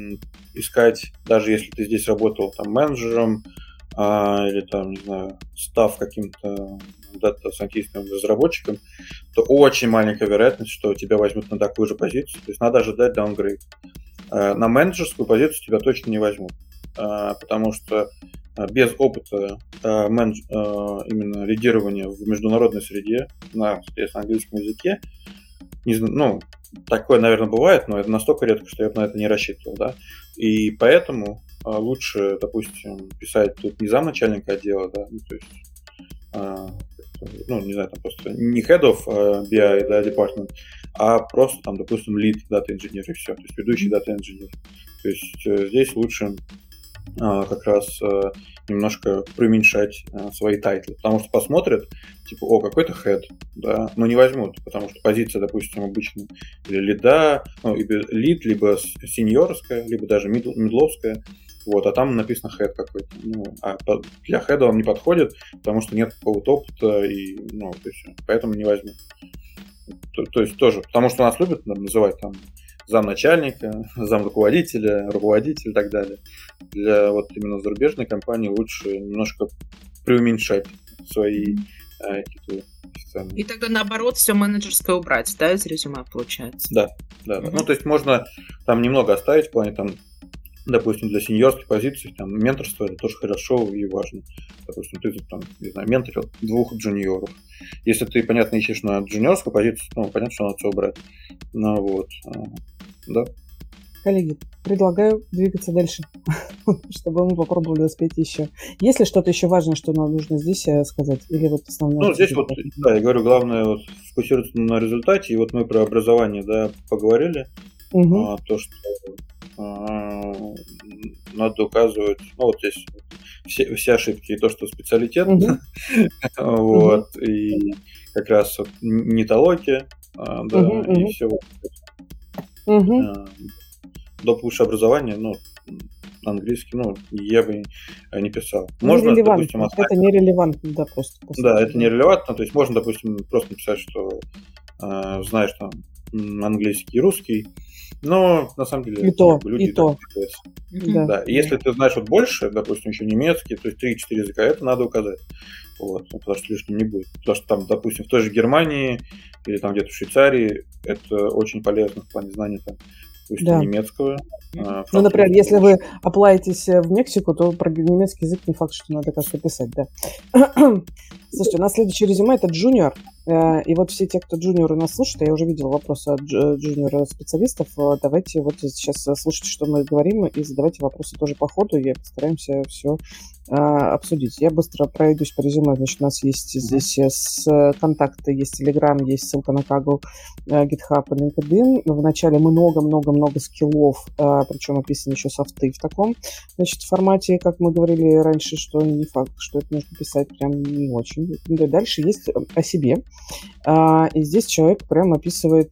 искать, даже если ты здесь работал там менеджером, а, или там, не знаю, став каким-то дата-сайентистом, разработчиком, то очень маленькая вероятность, что тебя возьмут на такую же позицию. То есть надо ожидать даунгрейд. А, на менеджерскую позицию тебя точно не возьмут, а, потому что без опыта а, менедж, а, именно лидирования в международной среде на, соответственно, английском языке, не знаю, ну, такое, наверное, бывает, но это настолько редко, что я бы на это не рассчитывал, да. И поэтому а, лучше, допустим, писать тут не замначальника отдела, да, ну, то есть, а, ну, не знаю, там просто не head of а, би ай, да, department, а просто там, допустим, lead data engineer и все, то есть ведущий data engineer. То есть а, здесь лучше а, как раз а, немножко преуменьшать а, свои тайтлы, потому что посмотрят, типа, о, какой-то head, да, но не возьмут, потому что позиция, допустим, обычно или лида, ну, либо лид, либо сеньорская, либо даже мидл, мидловская, вот, а там написано head какой-то, ну, а для head он не подходит, потому что нет какого-то опыта, и, ну, то есть, поэтому не возьмут. То, то есть тоже, потому что нас любят там, называть там замначальника, замруководителя, руководителя и так далее. Для вот именно зарубежной компании лучше немножко преуменьшать свои э, титулы. И тогда наоборот все менеджерское убрать, да, из резюме получается? Да, да, да. Uh-huh. Ну, то есть можно там немного оставить в плане там, допустим, для сеньорских позиций, там, менторство это тоже хорошо и важно. Допустим, ты там, не знаю, менторил двух джуниоров. Если ты, понятно, ищешь на джуниорскую позицию, ну, понятно, что надо все убрать. Ну, вот, да. Коллеги, предлагаю двигаться дальше, чтобы мы попробовали успеть еще. Есть ли что-то еще важное, что нам нужно здесь сказать? Или вот основное? Ну, здесь вот, да, я говорю, главное вот фокусироваться на результате. И вот мы про образование, да, поговорили. Угу. А, то, что а, надо указывать, ну, вот здесь все, все ошибки, и то, что специалитет, угу. вот, угу. и как раз вот нетология, да, угу, и угу. все. Угу. Доп. Высшее образование, ну, английский, ну, я бы не писал. Можно, допустим, оставить... Это нерелевантно, да, просто. Да, это нерелевантно, то есть можно, допустим, просто написать, что э, знаешь там английский и русский, но на самом деле и то, люди и то. Да. Да. И если ты знаешь вот больше, допустим, еще немецкий, то есть три-четыре языка, это надо указать. Вот, потому что лишним не будет. Потому что там, допустим, в той же Германии или там где-то в Швейцарии это очень полезно в плане знания там, пусть да. немецкого. А, ну, например, если вы оплаетесь в Мексику, то про немецкий язык не факт, что надо как-то писать, да. Слушайте, у нас следующее резюме – это джуниор. И вот все те, кто джуниоры нас слушают, я уже видела вопросы от джуниор-специалистов, давайте вот сейчас слушайте, что мы говорим, и задавайте вопросы тоже по ходу, и постараемся все обсудить. Я быстро пройдусь по резюме. Значит, у нас есть здесь с контакты, есть Telegram, есть ссылка на Kaggle, GitHub и LinkedIn. В начале много-много-много скиллов, причем описаны еще софты в таком, значит, формате, как мы говорили раньше, что не факт, что это нужно писать прям не очень. Дальше есть о себе. И здесь человек прям описывает...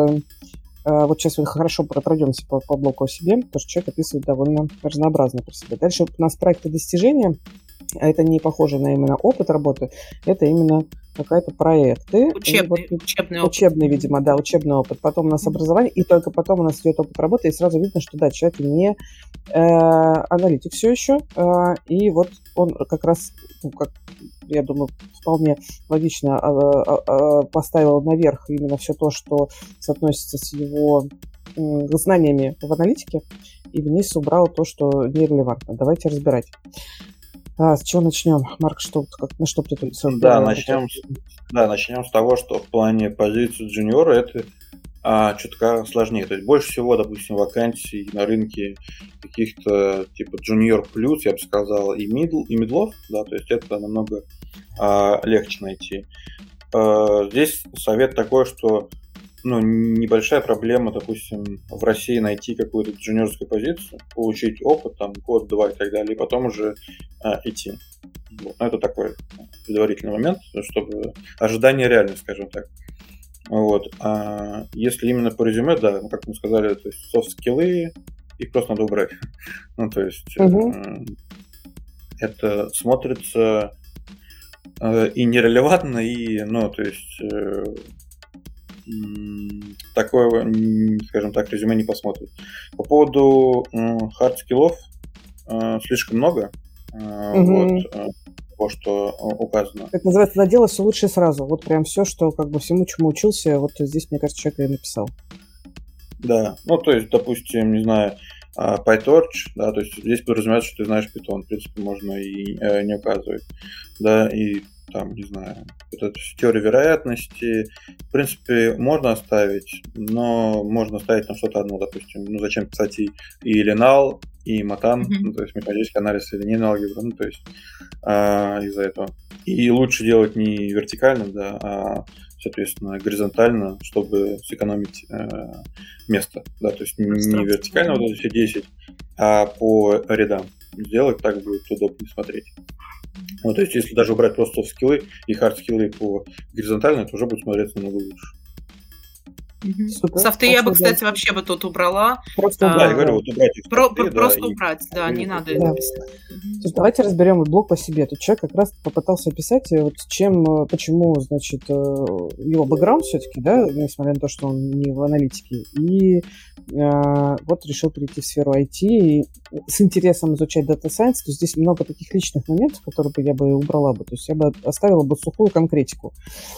Вот сейчас мы хорошо пройдемся по, по блоку о себе, потому что человек описывает довольно разнообразно про себя. Дальше у нас проекты достижения. Это не похоже на именно опыт работы, это именно какие-то проекты. Учебный, вот, учебный опыт. Учебный, видимо, да, учебный опыт. Потом у нас образование, и только потом у нас идет опыт работы, и сразу видно, что, да, человек не э, аналитик все еще, э, и вот он как раз, ну, как, я думаю, вполне логично э, э, поставил наверх именно все то, что соотносится с его э, знаниями в аналитике, и вниз убрал то, что нерелевантно. Давайте разбирать. А, с чего начнем? Марк, что, как, на что ты тут... Да, начнем, с, да, начнем с того, что в плане позиции джуниора это а, чутка сложнее. То есть больше всего, допустим, вакансий на рынке каких-то типа junior плюс, я бы сказал, и middle, и мидлов, да, то есть это намного а, легче найти. А, здесь совет такой, что ну, небольшая проблема, допустим, в России найти какую-то джуниорскую позицию, получить опыт, там, год, два и так далее, и потом уже а, идти. Вот. Но это такой предварительный момент, чтобы ожидание реальное, скажем так. Вот. А если именно по резюме, да, ну, как мы сказали, то есть софт-скиллы, их просто надо убрать. Ну, то есть угу. э, это смотрится э, и нерелевантно, и, ну, то есть э, такое, скажем так, резюме не посмотрит. По поводу хард-скиллов э, слишком много. Э, угу. Вот, э, того, что указано. Это называется «надо делать все лучше сразу». Вот прям все, что как бы всему, чему учился, вот здесь, мне кажется, человек и написал. Да, ну то есть, допустим, не знаю, PyTorch, да, то есть здесь подразумевается, что ты знаешь Python, в принципе, можно и э, не указывать, да, и там, не знаю, вот эту теорию вероятности, в принципе, можно оставить, но можно оставить там что-то одно, допустим, ну зачем писать и, и Linal, и Matan, mm-hmm. ну, то есть математический анализ или линейная алгебра, ну, то есть а, из-за этого. И лучше делать не вертикально, да, а, соответственно, горизонтально, чтобы сэкономить э, место, да, то есть не вертикально вот эти все десять, а по рядам сделать, так будет удобнее смотреть. Ну, то есть, если даже убрать просто скиллы и хард-скиллы по горизонтально, это уже будет смотреться намного лучше. Угу. Софты я бы, кстати, да. вообще бы тут убрала. Просто а, убрать. Да, я говорю, вот убрать их. Про, софты, просто да, убрать, и... да, не надо да. это писать. Угу. Давайте разберем блок по себе. Тут человек как раз попытался описать, вот чем, почему, значит, его бэкграунд все-таки, да, несмотря на то, что он не в аналитике, и э, вот решил перейти в сферу ай ти и с интересом изучать Data Science. То есть здесь много таких личных моментов, которые бы я бы убрала бы. То есть я бы оставила бы сухую конкретику.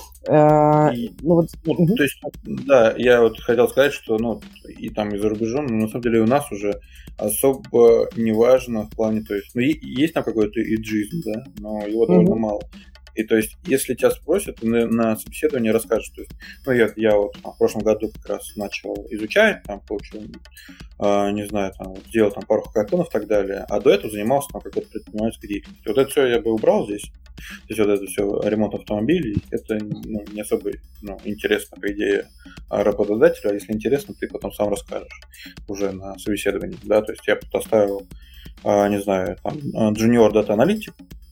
И, ну, вот, ну, угу. То есть, да, я вот хотел сказать, что ну, и там, и за рубежом, но на самом деле у нас уже особо не важно в плане, то есть, ну, и, есть там какой-то иджизм, да, но его угу. довольно мало. И то есть, если тебя спросят, ты на, на собеседовании расскажешь, то есть, ну, я, я вот в прошлом году как раз начал изучать, там, получил, э, не знаю, там, вот, делал там пару хакатонов и так далее, а до этого занимался там какой-то предпринимательской деятельностью. Вот это все я бы убрал здесь. То есть вот это все ремонт автомобилей, это ну, не особо ну, интересно, по идее, работодателю, а если интересно, ты потом сам расскажешь уже на собеседовании, да, то есть я тут оставил, не знаю, там, junior data analytic,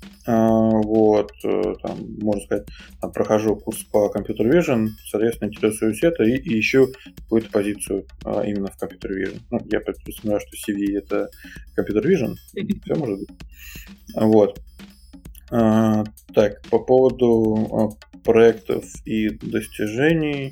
вот, там, можно сказать, там, прохожу курс по Computer Vision, соответственно, интересуюсь это и, и ищу какую-то позицию именно в Computer Vision. Ну, я предполагаю, что си ви это Computer Vision, все может быть, вот. А, так, по поводу а, проектов и достижений.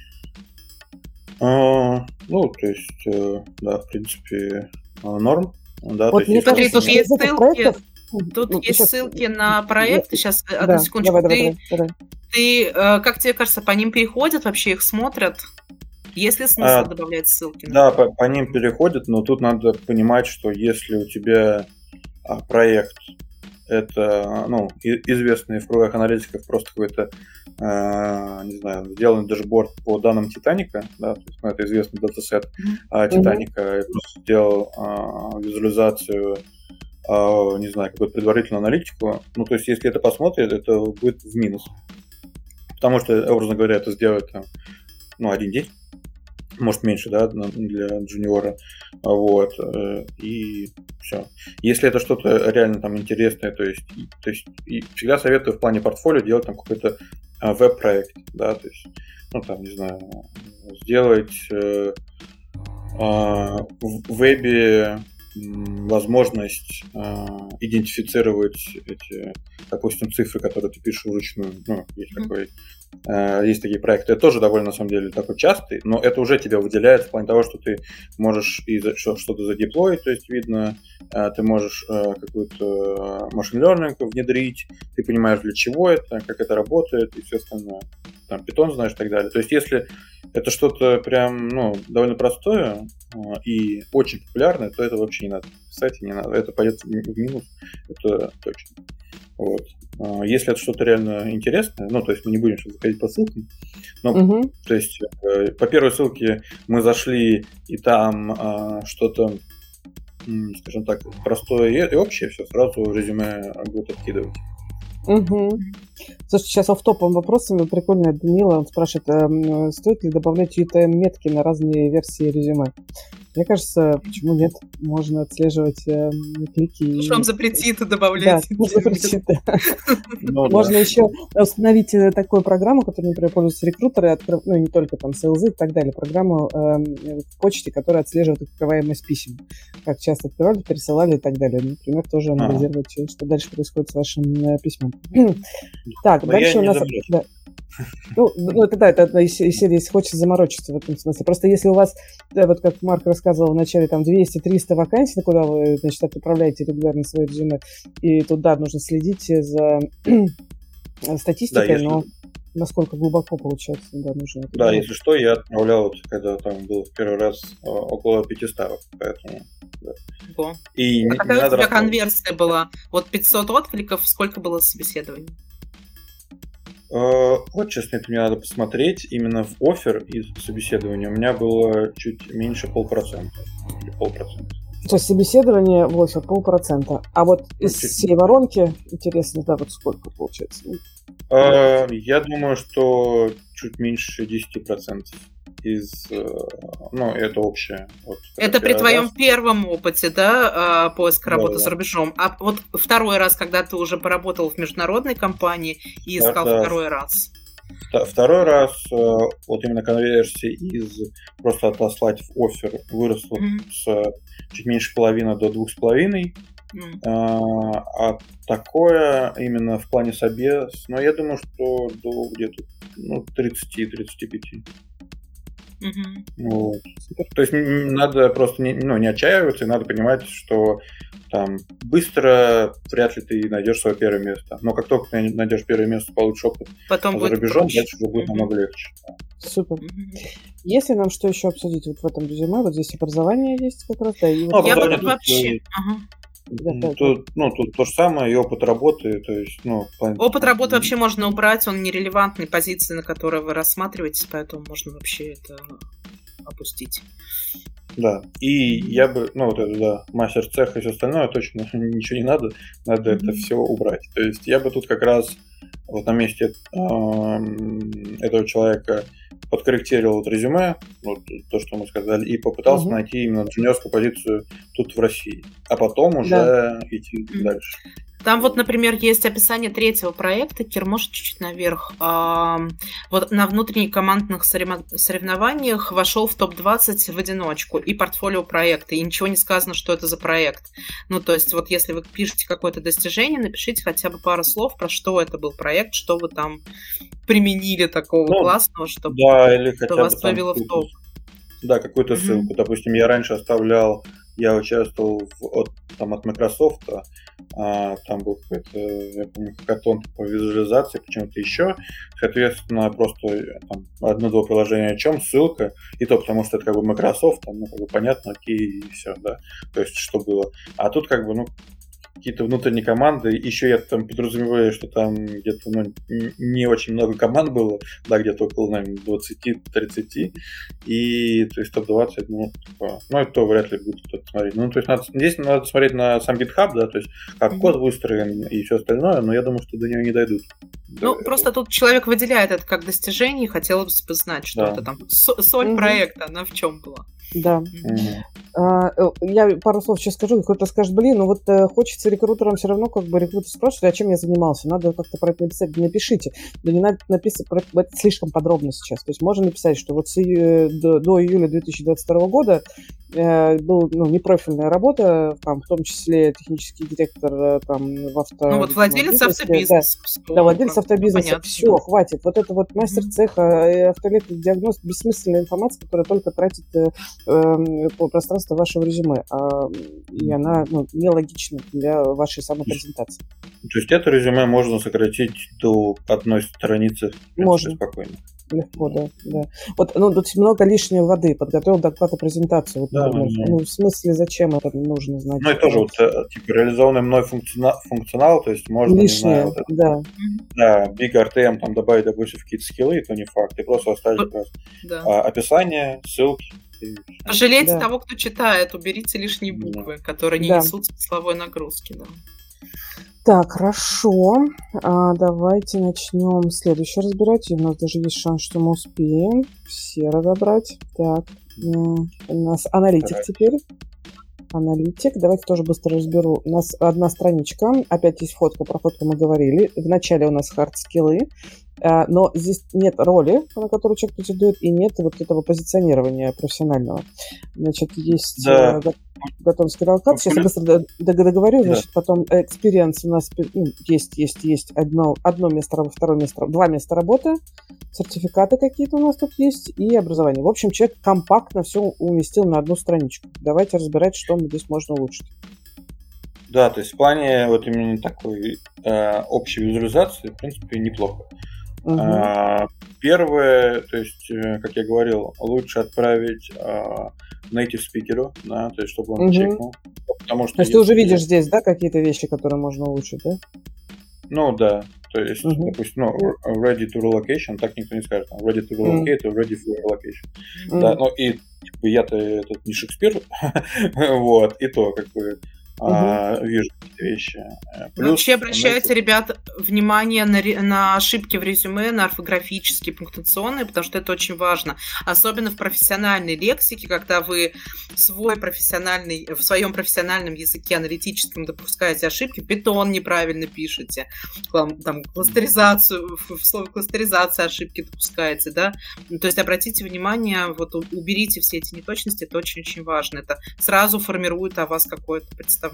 А, ну, то есть, а, да, в принципе, а, норм. Да, вот то есть, смотри, тут есть ссылки, тут ну, есть сейчас... ссылки на проекты. Сейчас, да, одну секундочку. Давай, ты, давай, давай. ты, как тебе кажется, по ним переходят, вообще их смотрят? Есть ли смысл а, добавлять ссылки? Да, по, по ним переходят, но тут надо понимать, что если у тебя а, проект это, ну, известный в кругах аналитиков просто какой-то, э, не знаю, сделанный дашборд по данным Титаника, да, то есть, ну, это известный датасет mm-hmm. Титаника, я просто сделал э, визуализацию, э, не знаю, какую-то предварительную аналитику, ну, то есть, если это посмотрят, это будет в минус, потому что, образно говоря, это сделать, там, ну, один день, может меньше, да, для джуниора, вот, и все. Если это что-то реально там интересное, то есть, то есть и всегда советую в плане портфолио делать там какой-то веб-проект, да, то есть, ну, там, не знаю, сделать э, э, в вебе возможность э, идентифицировать эти, допустим, цифры, которые ты пишешь вручную. Ну, есть, mm-hmm. такой, э, есть такие проекты. Это тоже довольно, на самом деле, такой частый, но это уже тебя выделяет в плане того, что ты можешь и за, что-то задеплоить, то есть видно, э, ты можешь э, какой-то machine learning внедрить, ты понимаешь, для чего это, как это работает и все остальное. там Python знаешь и так далее. То есть если это что-то прям, ну, довольно простое и очень популярное, то это вообще не надо. Кстати, не надо. Это пойдет в минус, это точно. Вот. Если это что-то реально интересное, ну, то есть мы не будем сейчас заходить по ссылкам, но, угу. то есть по первой ссылке мы зашли, и там а, что-то, скажем так, простое и общее, все, сразу резюме будет откидывать. Угу. Слушайте, сейчас офф-топом вопросами прикольно. Данила, он спрашивает, а стоит ли добавлять ю ти эм-метки на разные версии резюме? Мне кажется, почему нет? Можно отслеживать э, клики. Что вам запретит добавлять? Да, запретит, да. Можно еще установить такую программу, которой, например, пользуются рекрутеры, ну, не только там сейлзы и так далее, программу в почте, которая отслеживает открываемость писем. Как часто открывали, пересылали и так далее. Например, тоже анализировать, что дальше происходит с вашим письмом. Так, дальше у нас... Ну, ну, это да, это одна из серий, если хочется заморочиться в этом смысле. Просто если у вас, да, вот как Марк рассказывал в начале, там двести-триста вакансий, куда вы, значит, отправляете регулярно свои резюме, и туда нужно следить за статистикой, да, если... но насколько глубоко получается, да, нужно. Да, делать. Если что, я отправлял, вот, когда там был в первый раз около пятисот, поэтому... Да. Ого. И а не, какая не у тебя конверсия была? Вот пятьсот откликов, сколько было собеседований? Вот, честно, это мне надо посмотреть. Именно в оффер из собеседования у меня было чуть меньше полпроцента. Или полпроцента. То есть собеседование в оффер полпроцента. А вот из чуть... всей воронки, интересно, да, вот сколько получается? А, я думаю, что чуть меньше десять процентов из... Ну, это общее. Вот, это при твоем раз. первом опыте, да, поиска работы да, за рубежом. А вот второй раз, когда ты уже поработал в международной компании и искал да, второй раз? Второй раз, вот именно конверсия из просто отослать в оффер выросла mm-hmm. с чуть меньше половины до двух с половиной. Mm. А, а такое именно в плане собес, но я думаю, что до где-то ну, тридцать-тридцать пять. Mm-hmm. Вот. То есть надо просто не, ну, не отчаиваться, и надо понимать, что там быстро вряд ли ты найдешь свое первое место. Но как только ты найдешь первое место, получишь опыт потом за рубежом, дальше уже будет mm-hmm. намного легче. Супер. Mm-hmm. Если нам что еще обсудить вот в этом резюме, вот здесь образование есть как раз, да, и вот я бы тут вообще... Ага. Да, тут, ну, тут то же самое, и опыт работы, то есть, ну... Опыт работы вообще можно убрать, он нерелевантный, позиции, на которые вы рассматриваетесь, поэтому можно вообще это опустить. Да, и я бы, ну, вот это, да, мастер цеха и все остальное, точно ничего не надо, надо mm-hmm. это все убрать. То есть я бы тут как раз вот на месте э, этого человека подкорректировал вот резюме, вот то, что мы сказали, и попытался mm-hmm. найти именно джуниорскую позицию тут в России, а потом уже да. идти mm-hmm. дальше. Там вот, например, есть описание третьего проекта, Кир, может, чуть-чуть наверх. А, вот на внутренних командных соревнованиях вошел в топ двадцать в одиночку и портфолио проекта, и ничего не сказано, что это за проект. Ну, то есть вот если вы пишете какое-то достижение, напишите хотя бы пару слов, про что это был проект, что вы там применили такого ну, классного, чтобы да, или хотя бы вас вывело в топ. Да, какую-то mm-hmm. ссылку. Допустим, я раньше оставлял, я участвовал в, от, там, от Microsoft, а, там был какой-то, я помню, хакатон по визуализации, почему-то еще. Соответственно, просто там, одно-два приложения о чем, ссылка, и то потому, что это как бы Microsoft, там, ну, как бы понятно, окей, и все, да. То есть, что было. А тут как бы, ну, какие-то внутренние команды, еще я там подразумеваю, что там где-то ну, не очень много команд было, да, где-то около, наверное, двадцать-тридцать, и то есть топ двадцать, ну, типа, ну, это вряд ли будет кто-то смотреть. Ну, то есть надо, здесь надо смотреть на сам GitHub, да, то есть как mm-hmm. код выстроен и все остальное, но я думаю, что до него не дойдут. Ну, да, просто тут человек выделяет это как достижение, хотелось бы знать, что да. это там соль mm-hmm. проекта, она в чем была. Да. Mm-hmm. А, я пару слов сейчас скажу, кто-то скажет, блин, ну вот э, хочется рекрутерам все равно, как бы рекрутер спрашивает, а чем я занимался, надо как-то про это написать, напишите, да не надо написать, про это слишком подробно сейчас, то есть можно написать, что вот с ию... до, до июля две тысячи двадцать второго года э, был, ну, непрофильная работа, там, в том числе технический директор там, в авто... Ну, вот владелец автобизнеса. Да, да, владелец автобизнеса. Все, да. Хватит. Вот это вот мастер mm-hmm. цеха, автолетный диагноз, бессмысленная информация, которая только тратит э, э, пространство вашего резюме. А, и она ну, нелогична для вашей самопрезентации. То есть это резюме можно сократить до одной страницы можно. Спокойно. Легко, да, да. Вот, ну, тут много лишней воды. Подготовил доклад и презентацию. Вот, да, например, да. Ну, в смысле, зачем это нужно знать? Ну, и тоже вот, типа, реализованный мной функциона- функционал, то есть можно, лишнее, не знаю, вот это, да. Да, Big ар ти эм там добавить, допустим, какие-то скиллы, то не факт. И просто оставить как раз да. а, описание, ссылки. Пожалейте да. того, кто читает. Уберите лишние буквы, да. которые не да. несут смысловой нагрузки, да. Так, хорошо. А, давайте начнем следующее разбирать. И у нас даже есть шанс, что мы успеем все разобрать. Так, у нас аналитик теперь. Аналитик. Давайте тоже быстро разберу. У нас одна страничка. Опять есть фотка. Про фотку мы говорили. Вначале у нас хард-скиллы. Но здесь нет роли, на которую человек претендует, и нет вот этого позиционирования профессионального. Значит, есть да. готовый скиллокат. Сейчас я быстро договорю. Значит, да. Потом experience у нас ну, есть, есть, есть одно, одно место, второе место, два места работы, сертификаты какие-то у нас тут есть и образование. В общем, человек компактно все уместил на одну страничку. Давайте разбирать, что мы здесь можно улучшить. Да, то есть в плане вот именно такой э, общей визуализации, в принципе, неплохо. Uh-huh. А, первое, то есть, как я говорил, лучше отправить а, native спикеру, да, то есть, чтобы он uh-huh. чекнул. Потому что то есть ты уже видишь здесь, да, какие-то вещи, которые можно улучшить, да? Ну, да. То есть, uh-huh. допустим, ну, ready to relocation, так никто не скажет. Ready to relocate, uh-huh. ready for relocation. Uh-huh. Да, ну и типа, я-то этот не Шекспир, вот, и то, как бы, Uh-huh. А, вижу эти вещи. Плюс, вообще обращайте, знаете... ребят, внимание на, на ошибки в резюме, на орфографические, пунктуационные, потому что это очень важно. Особенно в профессиональной лексике, когда вы свой профессиональный, в своем профессиональном языке аналитическом допускаете ошибки, питон неправильно пишете, там, кластеризацию, в слове кластеризация ошибки допускаете, да. То есть обратите внимание, вот уберите все эти неточности, это очень-очень важно. Это сразу формирует о вас какое-то представление.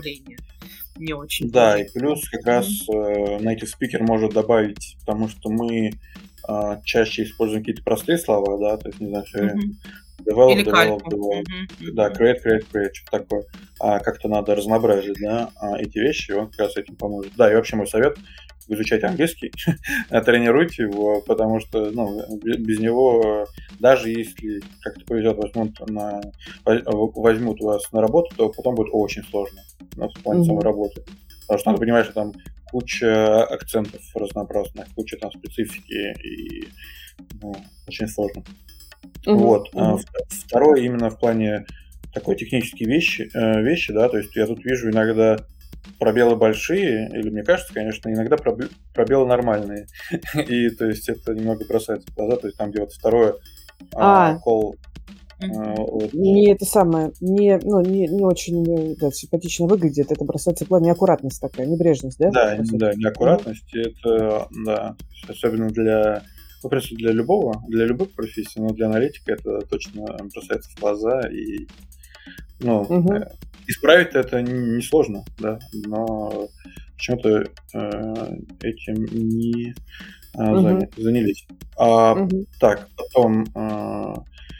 Не очень. Да, и плюс как раз э, native speaker может добавить, потому что мы э, чаще используем какие-то простые слова, да, то есть, не знаю, все время mm-hmm. develop, Или develop, кальку. develop, Mm-hmm. да, create, create, create, что-то такое. А как-то надо разнообразить, да, эти вещи, и он как раз этим поможет. Да, и вообще мой совет — изучайте английский, тренируйте его, потому что, ну, без него, даже если как-то повезет, возьмут, на, возьмут вас на работу, то потом будет очень сложно, ну, в плане mm-hmm. самой работы. Потому что надо понимать, что там куча акцентов разнообразных, куча там специфики, и ну, очень сложно. Mm-hmm. Вот. Mm-hmm. Второе, именно в плане такой технические вещи, вещи, да, то есть я тут вижу иногда пробелы большие, или мне кажется, конечно, иногда пробелы нормальные. И то есть это немного бросается в глаза, то есть там, где вот второе а, call. А, вот. Не это самое, не, ну, не, не очень да, симпатично выглядит, это бросается в плане неаккуратность такая, небрежность, да? Да, да, неаккуратность, mm-hmm. это, да, особенно для, ну, в принципе, для любого, для любых профессий, но для аналитика это точно бросается в глаза, и, ну, mm-hmm. исправить это несложно, да, но почему-то э, этим не э, заня- uh-huh. занялись. А, uh-huh. Так, потом, э,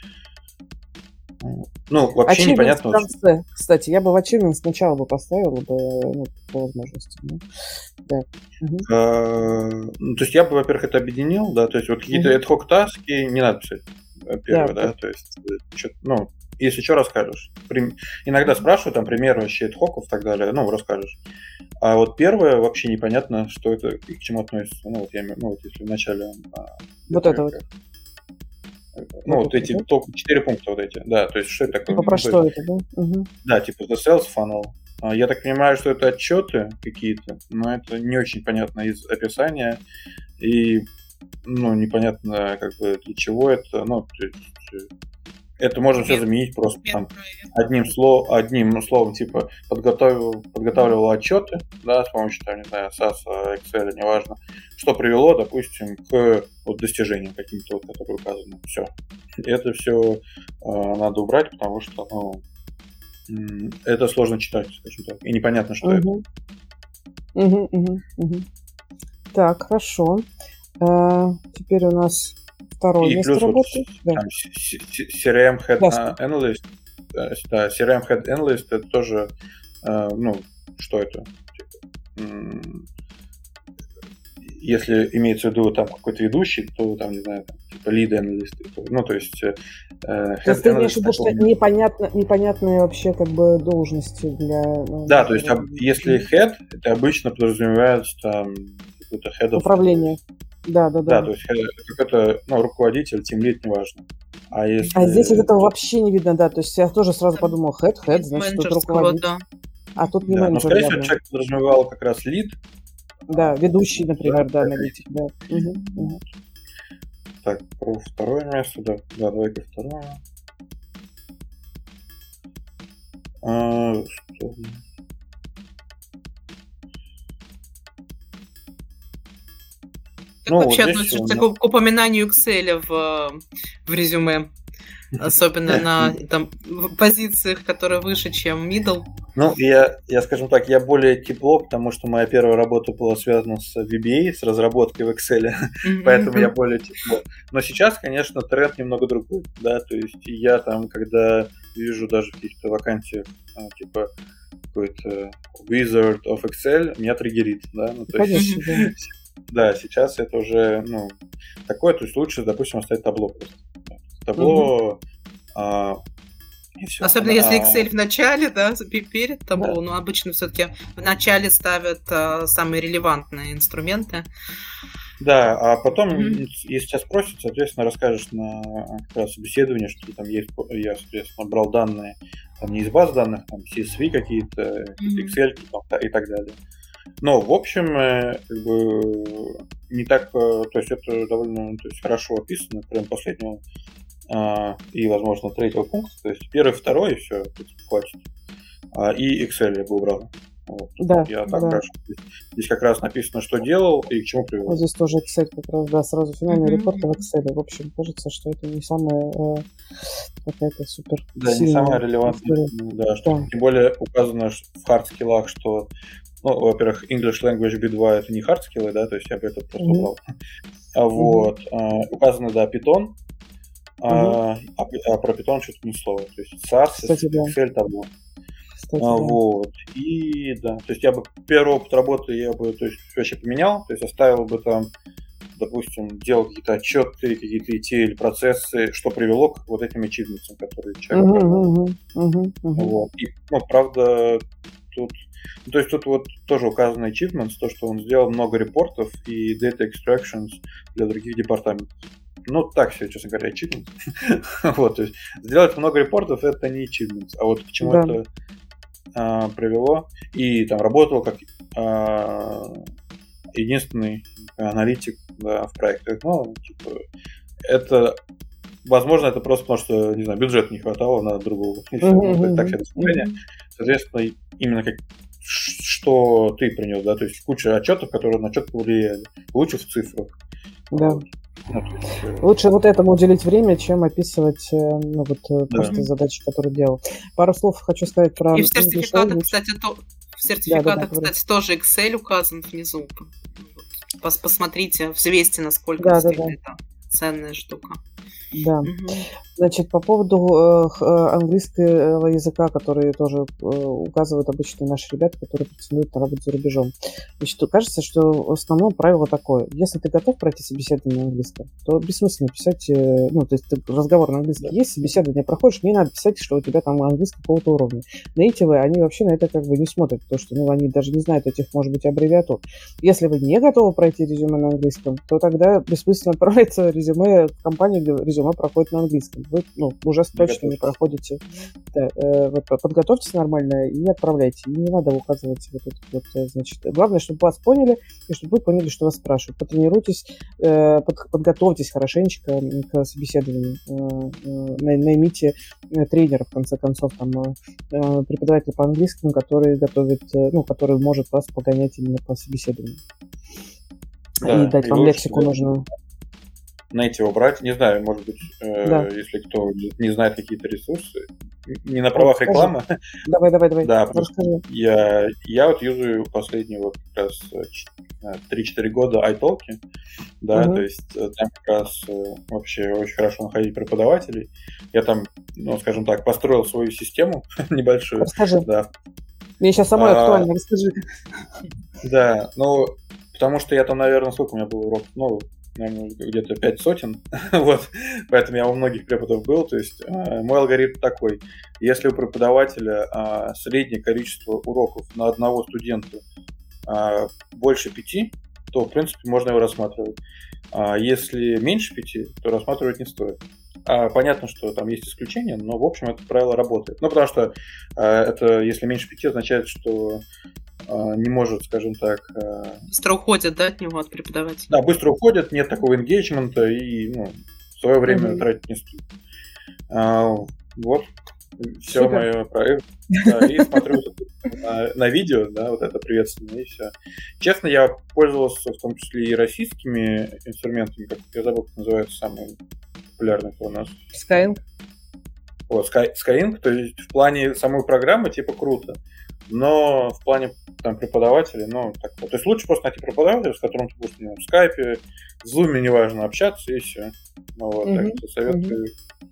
ну, вообще achievement непонятно. В конце, кстати, я бы в achievement сначала бы поставила бы, ну, по возможности. Ну, да. uh-huh. а, ну, то есть я бы, во-первых, это объединил, да, то есть вот какие-то uh-huh. ad-hoc таски не надо писать первое, да, да, то есть, ну, если что, расскажешь. Прим... Иногда спрашивают, там, примеры вообще ad-hoc'ов и так далее, ну, расскажешь. А вот первое, вообще непонятно, что это и к чему относится. Ну, вот я ну, вот если вначале... Вот это вот. Ну, вот, вот эти, да? Только четыре пункта вот эти, да, то есть что это такое? Типа про что это, да? Угу. Да, типа the sales funnel. Я так понимаю, что это отчеты какие-то, но это не очень понятно из описания, и, ну, непонятно, как бы, для чего это, ну, то есть... Это можно все заменить просто там одним, слов, одним словом, типа подготовил, подготавливал отчеты, да, с помощью, там, не знаю, сас, Excel, неважно, что привело, допустим, к вот, достижениям каким-то, вот, которые указаны. Все. Это все э, надо убрать, потому что, ну, это сложно читать, скажем так, и непонятно, что угу. это. Угу, угу, угу. Так, хорошо. А, теперь у нас второе и место плюс работы. Вот, да. там, си ар эм Head Ясно. Analyst, да, си ар эм Head Analyst это тоже, ну, что это? Если имеется в виду там какой-то ведущий, то там, не знаю, там, типа lead analyst, ну, то есть э, то есть ты имеешь в виду, что непонятно, непонятные вообще как бы должности для... Ну, да, то есть об, если head, это обычно подразумевается там какой-то head of... Управление. Да, да, да. Да, то есть какой-то, ну, руководитель, тимлид, неважно. А, если... а здесь этого вообще не видно, да, то есть я тоже сразу подумал, head, head, значит, тут руководитель. Да. А тут не да, менеджер. Но, скорее всего, человек подразумевал как раз lead. Да, ведущий, например, да, аналитик, да. Угу, угу. Так, про второе место, да, да, давай-ка второе. А, что? Как ну, вообще вот относишься к, к упоминанию Excel в, в резюме? Особенно на там, позициях, которые выше, чем middle. Ну, я, я, скажем так, я более тепло, потому что моя первая работа была связана с ви би эй, с разработкой в Excel, mm-hmm. поэтому я более тепло. Но сейчас, конечно, тренд немного другой, да, то есть я там, когда вижу даже в каких-то вакансиях, типа какой-то Wizard of Excel, меня триггерит, да, ну, то конечно, есть, да. да, сейчас это уже, ну, такое, то есть лучше, допустим, оставить табло просто. Табло, mm-hmm. а, и все. Особенно а, если Excel в начале, да, перед табло, да. Но обычно все-таки в начале ставят а, самые релевантные инструменты. Да, а потом, mm-hmm. если тебя спросят, соответственно, расскажешь на как раз собеседовании, что там есть, я, соответственно, брал данные там, не из баз данных, там си эс ви какие-то, mm-hmm. Excel там, и так далее. Но, в общем, как бы не так, то есть это довольно то есть, хорошо описано, прям последнего а, и, возможно, третьего пункта. То есть первый, второй, и все, хватит. А, и Excel я бы убрал. Вот. Да, я так да. скажу. Здесь как раз написано, что делал и к чему привел. Вот здесь тоже Excel как раз, да, сразу финальный mm-hmm. репорт в Excel. В общем, кажется, что это не самая э, какая-то супер Да, не самая релевантная. Да, что, да. Тем более указано в хардскиллах, что ну, во-первых, English Language би два это не хардскиллы, да, то есть я бы это просто убрал. Mm-hmm. А вот, mm-hmm. а, указано, да, Python, mm-hmm. а, а про Python что-то ни слова. То есть сарс, Кстати, Excel, да. табло. Кстати, а, да. Вот, и да, то есть я бы первый опыт работы я бы то есть, вообще поменял, то есть оставил бы там, допустим, делал какие-то отчеты, какие-то и ти эл-процессы, что привело к вот этим achievements, которые человек mm-hmm. работал. Mm-hmm. Mm-hmm. Вот. И, ну, правда, тут Ну, то есть тут вот тоже указано achievements, то, что он сделал много репортов и data extractions для других департаментов. Ну, так все, честно говоря, achievements. Вот, то есть сделать много репортов это не achievements, а вот к чему да. это а, привело. И там работал как а, единственный аналитик да, в проекте. Ну, типа, это возможно, это просто потому, что, не знаю, бюджета не хватало на другого. И все. Mm-hmm. Ну, так все достижения. Mm-hmm. Соответственно, именно как что ты принес, да, то есть куча отчетов, которые на отчет повлияли. Лучше в цифрах. Да. Вот. Лучше вот этому уделить время, чем описывать ну, вот, да. просто задачи, которые делал. Пару слов хочу сказать про... И в сертификатах, кстати, то, в сертификатах, да, да, да, кстати, тоже Excel указан внизу. Пос- посмотрите, взвесьте, насколько да, действительно да, да. это ценная штука. Да. Угу. Значит, по поводу э, английского языка, который тоже э, указывают обычно наши ребята, которые претендуют на работу за рубежом. Значит, кажется, что в основном правило такое. Если ты готов пройти собеседование на английском, то бессмысленно писать, э, ну, то есть ты, разговор на английском да. есть, собеседование проходишь, не надо писать, что у тебя там английский какого-то уровня. Нейтивы, они вообще на это как бы не смотрят, потому что, ну, они даже не знают этих, может быть, аббревиатур. Если вы не готовы пройти резюме на английском, то тогда бессмысленно отправляется резюме в компанию, где резюме проходит на английском. Вы ну, уже точно не проходите. Да, э, вот, подготовьтесь нормально и отправляйте. И не надо указывать вот это вот, значит. Главное, чтобы вас поняли, и чтобы вы поняли, что вас спрашивают. Потренируйтесь, э, под, подготовьтесь хорошенечко к собеседованию. Э, э, наймите тренера, в конце концов, там, э, преподавателя по английскому, который готовит, э, ну, который может вас погонять именно по собеседованию. Да, и дать и вам лексику нужную. native брать. Не знаю, может быть, э, Да. если кто не знает какие-то ресурсы, не на правах Расскажи. рекламы. Давай, давай, давай. Да, Расскажи. я, я вот юзаю последние вот как раз э, ч- э, три-четыре года iTalki, да, Мгм. то есть э, там как раз э, вообще очень хорошо находить преподавателей. Я там, ну, скажем так, построил свою систему небольшую, Расскажи. да. Мне сейчас самое А, актуальное. Расскажи. Да, ну, потому что я там, наверное, сколько у меня было уроков? Ну, наверное, где-то пять сотен, вот, поэтому я у многих преподов был, то есть э, мой алгоритм такой, если у преподавателя э, среднее количество уроков на одного студента э, больше пяти, то, в принципе, можно его рассматривать, а если меньше пяти, то рассматривать не стоит. А, понятно, что там есть исключения, но, в общем, это правило работает. Ну, потому что э, это, если меньше пяти, означает, что э, не может, скажем так... э, Быстро уходят, да, от него, от преподавателя? Да, быстро уходят, нет такого энгейджмента, и ну, свое время Мгм. тратить не стоит. А, вот, все Супер. мое проект. Да, и смотрю на, на видео, да, вот это приветственно, и все. Честно, я пользовался в том числе и российскими инструментами, как я забыл, как называется самый популярный у нас. Skyeng. Вот, Sky, Skyeng, то есть в плане самой программы типа круто, но в плане там преподавателей, ну, так вот. То есть лучше просто найти преподавателя, с которым ты будешь ну, в скайпе, в зуме, неважно, общаться, и все. Ну, вот, Мгм, так что советую.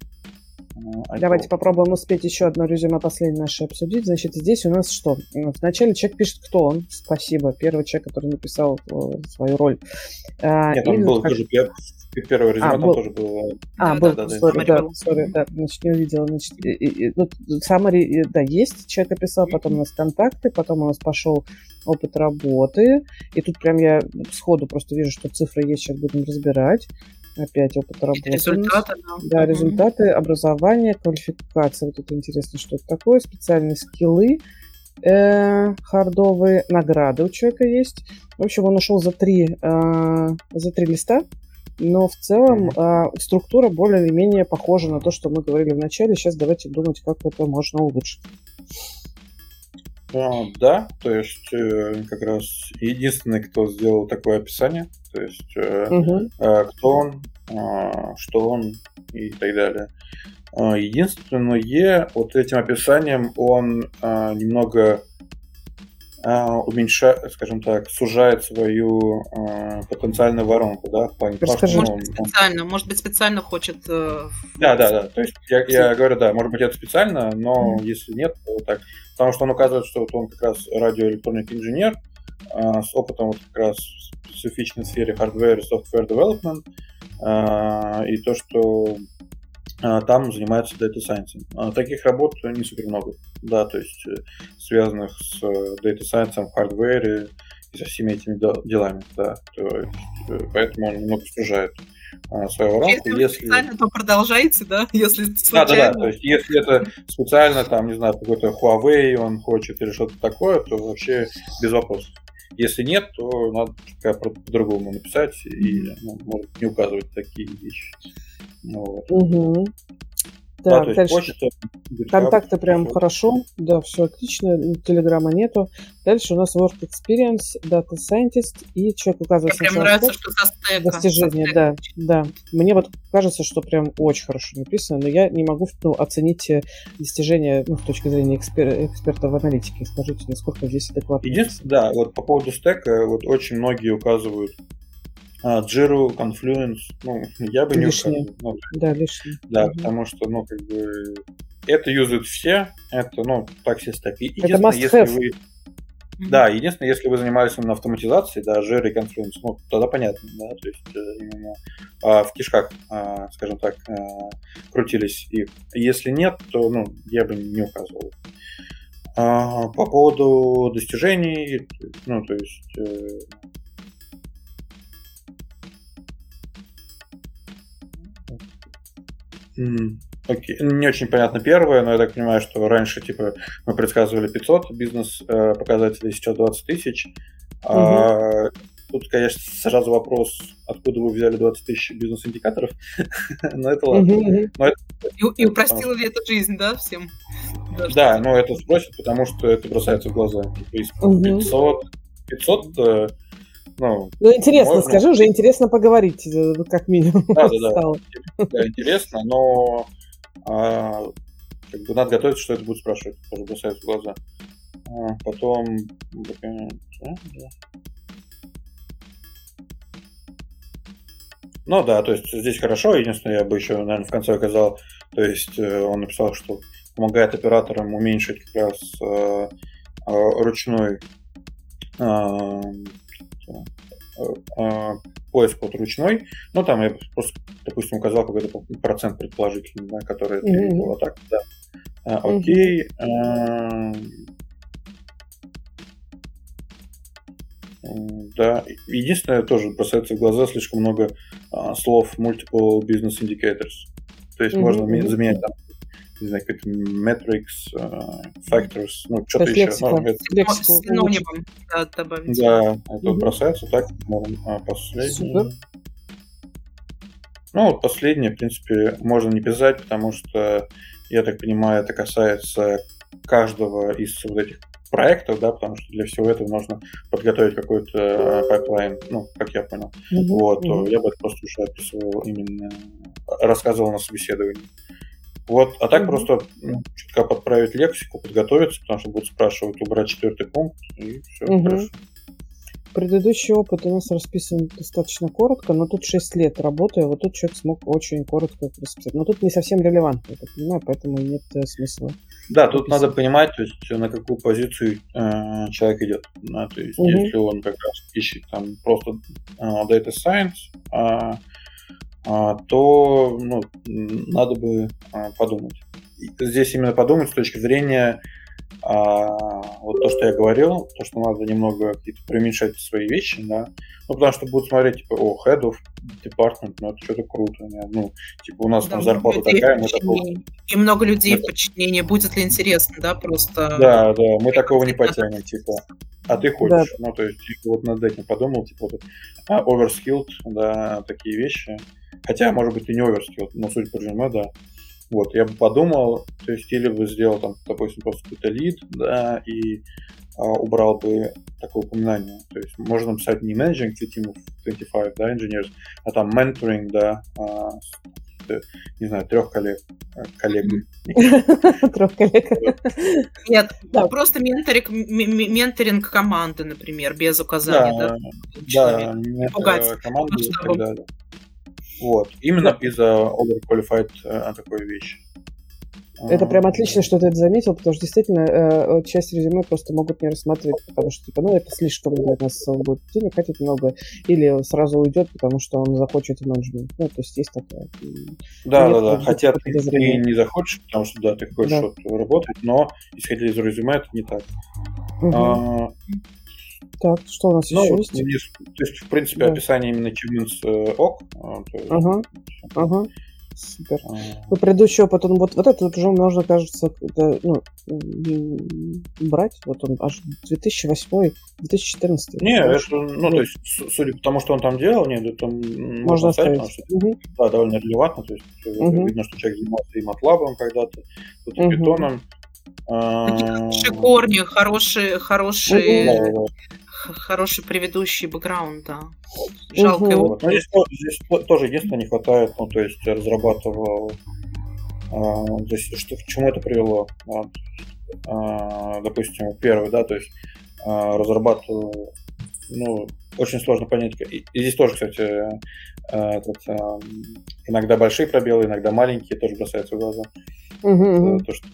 э, Давайте iTalki. попробуем успеть еще одно резюме последнее наше обсудить. Значит, здесь у нас что? Вначале человек пишет, кто он. Спасибо. Первый человек, который написал э, свою роль. А, Нет, и там вот был как- тоже пер- первое резюме, А, там был. тоже было. А, Да, был, да, да, сори, summary да, был. сори, да, значит, не увидела, значит, и- и- и, вот summary, и, да, есть, человек описал, потом у нас контакты, потом у нас пошел опыт работы, и тут прям я сходу просто вижу, что цифры есть, сейчас будем разбирать, опять опыт работы. у нас. Результаты, да. Да, Мгм. результаты, образование, квалификация, вот это интересно, что это такое, специальные скиллы, э, хардовые, награды у человека есть. В общем, он ушел за три, э, за три листа, но в целом Мгм. э, структура более или менее похожа на то, что мы говорили в начале. Сейчас давайте думать, как это можно улучшить. А, да, то есть э, как раз единственный, кто сделал такое описание, то есть э, Мгм. э, кто он, а, что он и так далее. А, Единственное, вот этим описанием он а, немного а, уменьшает, скажем так, сужает свою а, потенциальную воронку, да, в плане того, что, Расскажи. ну, Может он- быть, специально, может быть, специально хочет... э, в- Да, да, да. То есть я, я говорю, да, может быть, это специально, но если нет, то вот так. Потому что он указывает, что вот он как раз радиоэлектроник инженер а, с опытом вот как раз в специфичной сфере hardware и software development, а, и то, что а, там занимается data science. А, таких работ не супер много, да, то есть э, связанных с э, data science в hardware и со всеми этими дел- делами, да. То есть, э, поэтому он немного сужает а, свою воронку. Если вы Если... специально, то продолжайте, да? Если Да, случайно... да, да. То есть, если это специально, там, не знаю, какой-то Huawei он хочет или что-то такое, то вообще без вопросов. Если нет, то надо как-то по-другому написать и ну, может не указывать такие вещи. Ну, вот. Мгм. Да, Так, то есть дальше. почта, GitHub, Контакты прям всё. хорошо, да, все отлично, телеграмма нету. Дальше у нас work experience, data scientist, и человек указывает Мне прям сначала нравится, сколько- что со стека. достижения, со да, стека. да. Мне вот кажется, что прям очень хорошо написано, но я не могу ну, оценить э, достижения ну, с точки зрения экспер- эксперта в аналитике. Скажите, насколько здесь адекватно Единственное, да, вот по поводу стека, вот очень многие указывают а, Jira, Confluence, ну, я бы не Лишнее. указывал. Ну, Да, лишнее. да, Мгм. потому что, ну, как бы, это юзают все, это, ну, так все стеки. Это Единственное, must если have. вы Мгм. Да, единственное, если вы занимались именно автоматизацией, да, Jira и Confluence, ну, тогда понятно, да, то есть э, именно а, в кишках, а, скажем так, а, крутились. И если нет, то, ну, я бы не указывал. А, по поводу достижений, ну, то есть... э, м, Окей. Не очень понятно первое, но я так понимаю, что раньше, типа, мы предсказывали пятьсот бизнес-показателей, сейчас двадцать тысяч. А, тут, конечно, сразу вопрос, откуда вы взяли двадцать тысяч бизнес-индикаторов, но это ладно. Мгм, мгм. И, и упростила ли это жизнь, да, всем? Даже Да, но это спросят, потому что это бросается в глаза. Типа из Мгм. пятисот, пятьсот, э, Ну, ну интересно, можно... скажи, уже интересно поговорить, как минимум. Да, да, да. Да, интересно, но а, как бы надо готовиться, что это будет спрашивать, тоже бросается в глаза. А, потом... Ну да, то есть здесь хорошо. Единственное, я бы еще, наверное, в конце указал, то есть он написал, что помогает операторам уменьшить как раз э, ручной э, э, поиск под ручной. Ну там я просто, допустим, указал какой-то процент предположительный, да, который это mm-hmm. видел. А так, да. А, окей. Mm-hmm. Да, единственное, тоже бросается в глаза слишком много а, слов multiple business indicators. То есть mm-hmm. можно mm-hmm. заменять там, не знаю, какой-то metrics, uh, factors, ну, что-то еще. Лексика, ну, это... Лексику синонимом да, добавить. Да, это mm-hmm. бросается так. А, последнее. Супер. Ну, вот последнее, в принципе, можно не писать, потому что, я так понимаю, это касается каждого из вот этих проектов, да, потому что для всего этого нужно подготовить какой-то пайплайн, ну, как я понял. Mm-hmm. Вот, mm-hmm. я бы это просто уже описывал именно, рассказывал на собеседовании. Вот, а так mm-hmm. просто ну, чутка подправить лексику, подготовиться, потому что будут спрашивать, убрать четвертый пункт, и все mm-hmm. хорошо. Предыдущий опыт у нас расписан достаточно коротко, но тут шесть лет работаю, вот тут человек смог очень коротко расписать. Но тут не совсем релевантно, я так понимаю, поэтому нет смысла. Да, тут написать. Надо понимать, то есть на какую позицию э, человек идет. Да, то есть угу. если он как раз ищет там просто э, data science, э, э, то ну, надо бы э, подумать. И здесь именно подумать с точки зрения А, вот то, что я говорил, то, что надо немного какие-то преуменьшать свои вещи, да, ну, потому что будут смотреть, типа, о, head of department, ну, это что-то круто, нет? Ну, типа, у нас да, там зарплата такая, мы такого... И много людей мы... в подчинении, будет ли интересно, да, просто... Да, да, мы такого не потянем, типа, а ты хочешь, да. Ну, то есть, вот над этим подумал, типа, вот, а, overskilled, да, такие вещи, хотя, может быть, и не overskilled, но суть по резюме, да. Вот, я бы подумал, то есть, или бы сделал там, допустим, просто какой-то лид, да, и а, убрал бы такое упоминание. То есть, можно писать не managing the team of двадцать пять, да, engineers, а там mentoring, да, а, не знаю, трех коллег. коллег. Трех коллег. Нет, просто менторинг команды, например, без указания, да? Да, да, команды и так далее. Вот, именно да. из-за overqualified э, такой вещи. Это прям отлично, что ты это заметил, потому что действительно э, часть резюме просто могут не рассматривать, потому что, типа, ну, это слишком для нас, он будет денег хотеть много, или сразу уйдет, потому что он захочет в менеджмент. Ну, то есть есть такое. Да, да, да, хотя ты не захочешь, потому что, да, ты хочешь да. вот работать, но, исходя из резюме, это не так. Угу. А, так, что у нас ну, еще есть? есть? То есть, в принципе, да. описание именно achievements э, ок. Есть... Ага, ага. Супер. А... Ну, предыдущий опыт, он вот, вот это вот уже можно, кажется, это, ну, брать. Вот он аж две тысячи восьмой - две тысячи четырнадцатый. Не, это, ну, то есть, судя по тому, что он там делал, нет, это можно, можно оставить, потому что угу. да, довольно релевантно. То есть, угу. видно, что человек занимался и MATLAB когда-то, тут и питоном. Хорошие корни, хорошие, хорошие, угу. хороший предыдущий бэкграунд, да. Жалко угу. его. Ну, здесь, здесь тоже единственное не хватает, ну, то есть разрабатывал, а, то есть, что, к чему это привело? Вот. А, допустим, первый, да, то есть а, разрабатывал, ну, очень сложно понять. И, и здесь тоже, кстати, а, этот, а, иногда большие пробелы, иногда маленькие, тоже бросаются в глаза. Угу. То, что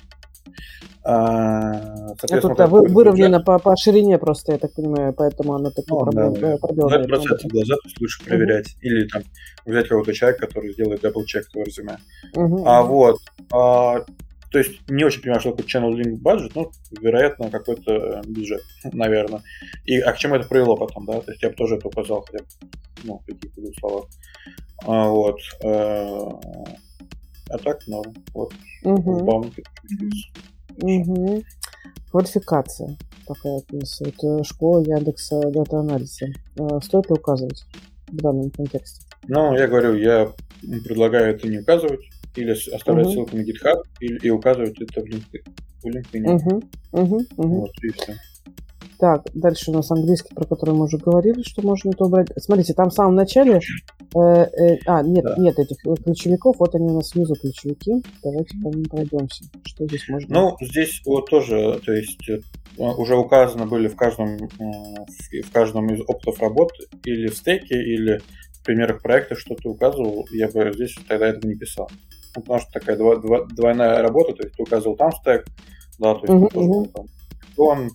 А, а тут да, выровнено по, по ширине просто, я так понимаю, поэтому оно такие ну, проблемы. Да, да. Но это бросается в глаза, то есть лучше проверять. Uh-huh. Или там взять кого-то человека, который сделает дабл-чек твоего резюме. Uh-huh. А вот, а, то есть не очень понимаю, что такое channel link budget, ну, вероятно, какой-то бюджет, наверное. И, а к чему это привело потом, да? То есть я бы тоже это указал, хотя бы, ну, в каких-то двух словах. А, вот. А, а так, норм. Вот. Uh-huh. Баунки. Угу. Квалификация такая у нас. Вот школа Яндекса дата-анализа. Стоит ли указывать в данном контексте? Ну, я говорю, я предлагаю это не указывать, или оставлять uh-huh. ссылку на GitHub, или и указывать это в LinkedIn. В LinkedIn. Uh-huh. Uh-huh. Uh-huh. Вот, и все. Так, дальше у нас английский, про который мы уже говорили, что можно это убрать. Смотрите, там в самом начале... Э, э, а, нет, да. нет этих ключевиков. Вот они у нас снизу ключевики. Давайте по ним пройдемся. Что здесь можно... Ну, здесь вот тоже, то есть, уже указаны были в каждом, в каждом из опытов работы или в стеке, или в примерах проекта, что ты указывал, я бы здесь тогда этого не писал. Ну, потому что такая дво, дво, двойная работа, то есть ты указывал там стек, да, то есть uh-huh, тоже uh-huh. там Python,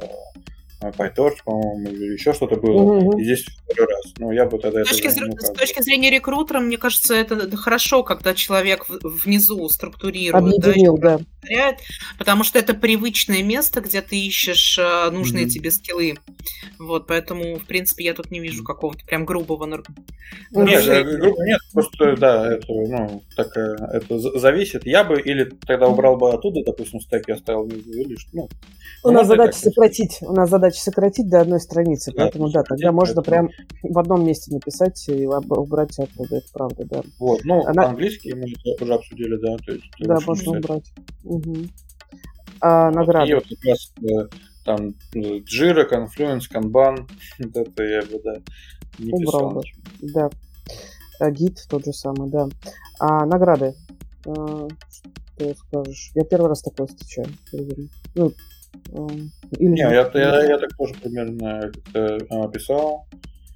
PyTorch, по-моему, или еще что-то было, uh-huh. и здесь второй раз. Ну, я бы тогда с точки, это зр... с точки зрения рекрутера, мне кажется, это хорошо, когда человек внизу структурирует. Объединил, да. да. Потому что это привычное место, где ты ищешь нужные uh-huh. тебе скиллы. Вот, поэтому, в принципе, я тут не вижу какого-то прям грубого нарушения. Нет, грубо нет, просто, да, это, ну, так, это зависит. Я бы или тогда убрал бы оттуда, допустим, стек я оставил внизу, или что, ну. У нас задача сократить, у нас задача сократить до одной страницы, да, поэтому, да, тогда можно прям в одном месте написать и убрать оттуда, это правда, да. Вот, ну, Она... английский мы уже обсудили, да, то есть... Да, можно писать. Убрать. Угу. А, вот, награды. И вот как раз там Jira, Confluence, Kanban, вот это я бы, да, не убрал писал. Бы. Да. А, гид тот же самый, да. А награды? А, что скажешь? Я первый раз такое встречаю. Ну, или не, я, я, я так тоже примерно как-то писал.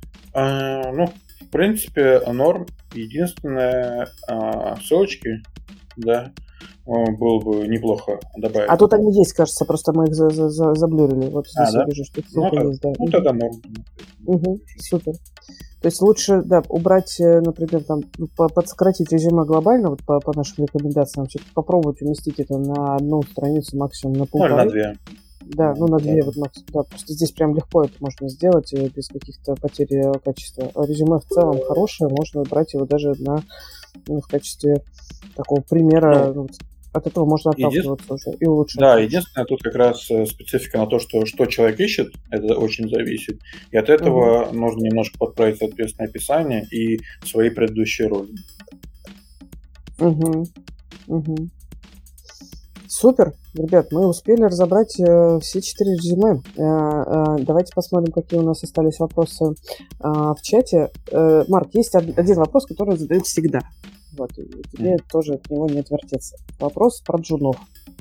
А, ну, в принципе, норм. Единственное, а, ссылочки, да, было бы неплохо добавить. А тут они есть, кажется, просто мы их за- за- за- заблюрили. Вот здесь а, я да? вижу, что ссылка ну, есть, да. Ну, тогда норм. Угу, супер. То есть лучше, да, убрать, например, там, подсократить резюме глобально, вот по, по нашим рекомендациям, все-таки попробовать уместить это на одну страницу, максимум на полторы. Ну, на две. Да, ну на две, вот максимум, да, просто здесь прям легко это можно сделать без каких-то потерь качества. Резюме в целом хорошее, можно брать его даже на, ну, в качестве такого примера, ну, от этого можно отталкиваться уже и улучшать. Да, единственное, тут как раз специфика на то, что, что человек ищет, это очень зависит. И от этого угу. нужно немножко подправить, соответственно, описание и свои предыдущие роли. Угу. Угу. Супер, ребят, мы успели разобрать э, все четыре резюме. Э, э, давайте посмотрим, какие у нас остались вопросы э, в чате. Э, Марк, есть один вопрос, который задают всегда. Вот, и тебе mm. тоже от него не отвертеться. Вопрос про джунов.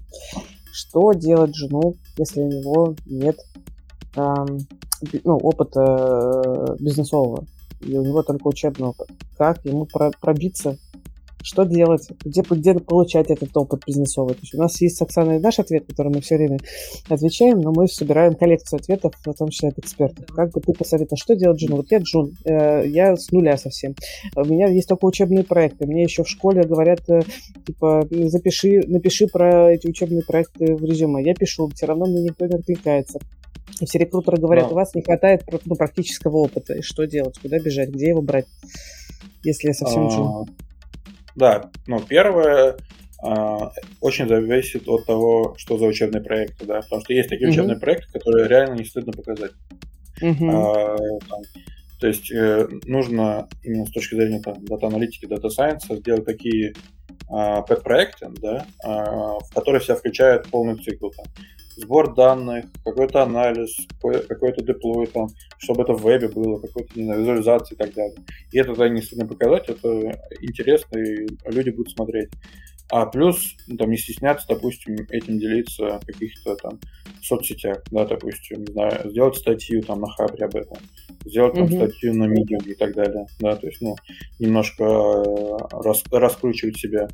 Что делать джуну, если у него нет э, ну, опыта э, бизнесового, и у него только учебный опыт? Как ему про- пробиться? Что делать? Где, где получать этот опыт бизнесовый? То есть у нас есть с Оксаной наш ответ, который мы все время отвечаем, но мы собираем коллекцию ответов, в том числе от экспертов. Как бы ты посоветовал, что делать джуну? Вот я джун, э, я с нуля совсем. У меня есть только учебные проекты. Мне еще в школе говорят, э, типа, запиши, напиши про эти учебные проекты в резюме. Я пишу, все равно мне никто не откликается. И все рекрутеры говорят, да. У вас не хватает ну, практического опыта. И что делать? Куда бежать? Где его брать? Если я совсем джун. Да, ну, первое, э, очень зависит от того, что за учебные проекты, да, потому что есть такие uh-huh. учебные проекты, которые реально не стыдно показать. Uh-huh. А, там, то есть э, нужно именно с точки зрения там, дата-аналитики, дата-сайенса сделать такие э, пэт-проекты, да, э, в которые все включают полный цикл. Там, сбор данных, какой-то анализ, какой- какой-то деплой, там, чтобы это в вебе было, какой-то, не знаю, визуализация и так далее. И это тогда не стыдно показать, это интересно, и люди будут смотреть. А плюс, ну, там, не стесняться, допустим, этим делиться в каких-то там соцсетях, да, допустим, не знаю, сделать статью там на Хабре об этом, сделать там Мгм. статью на Medium и так далее, да, то есть, ну, немножко э, рас- раскручивать себя.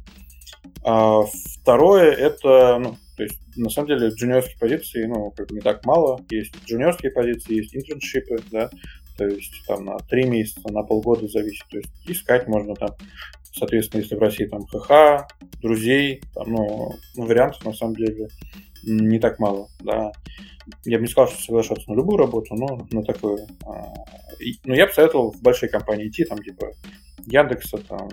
А второе, это, ну, то есть, на самом деле, джуниорские позиции, ну, как бы не так мало. Есть джуниорские позиции, есть интерншипы, да, то есть, там, на три месяца, на полгода зависит. То есть, искать можно там, соответственно, если в России там ХХ, друзей, там, ну, ну, вариантов, на самом деле, не так мало, да. Я бы не сказал, что соглашаться на любую работу, но на такую. а, и- Ну, я бы советовал в большие компании идти, там, типа, Яндекса, там,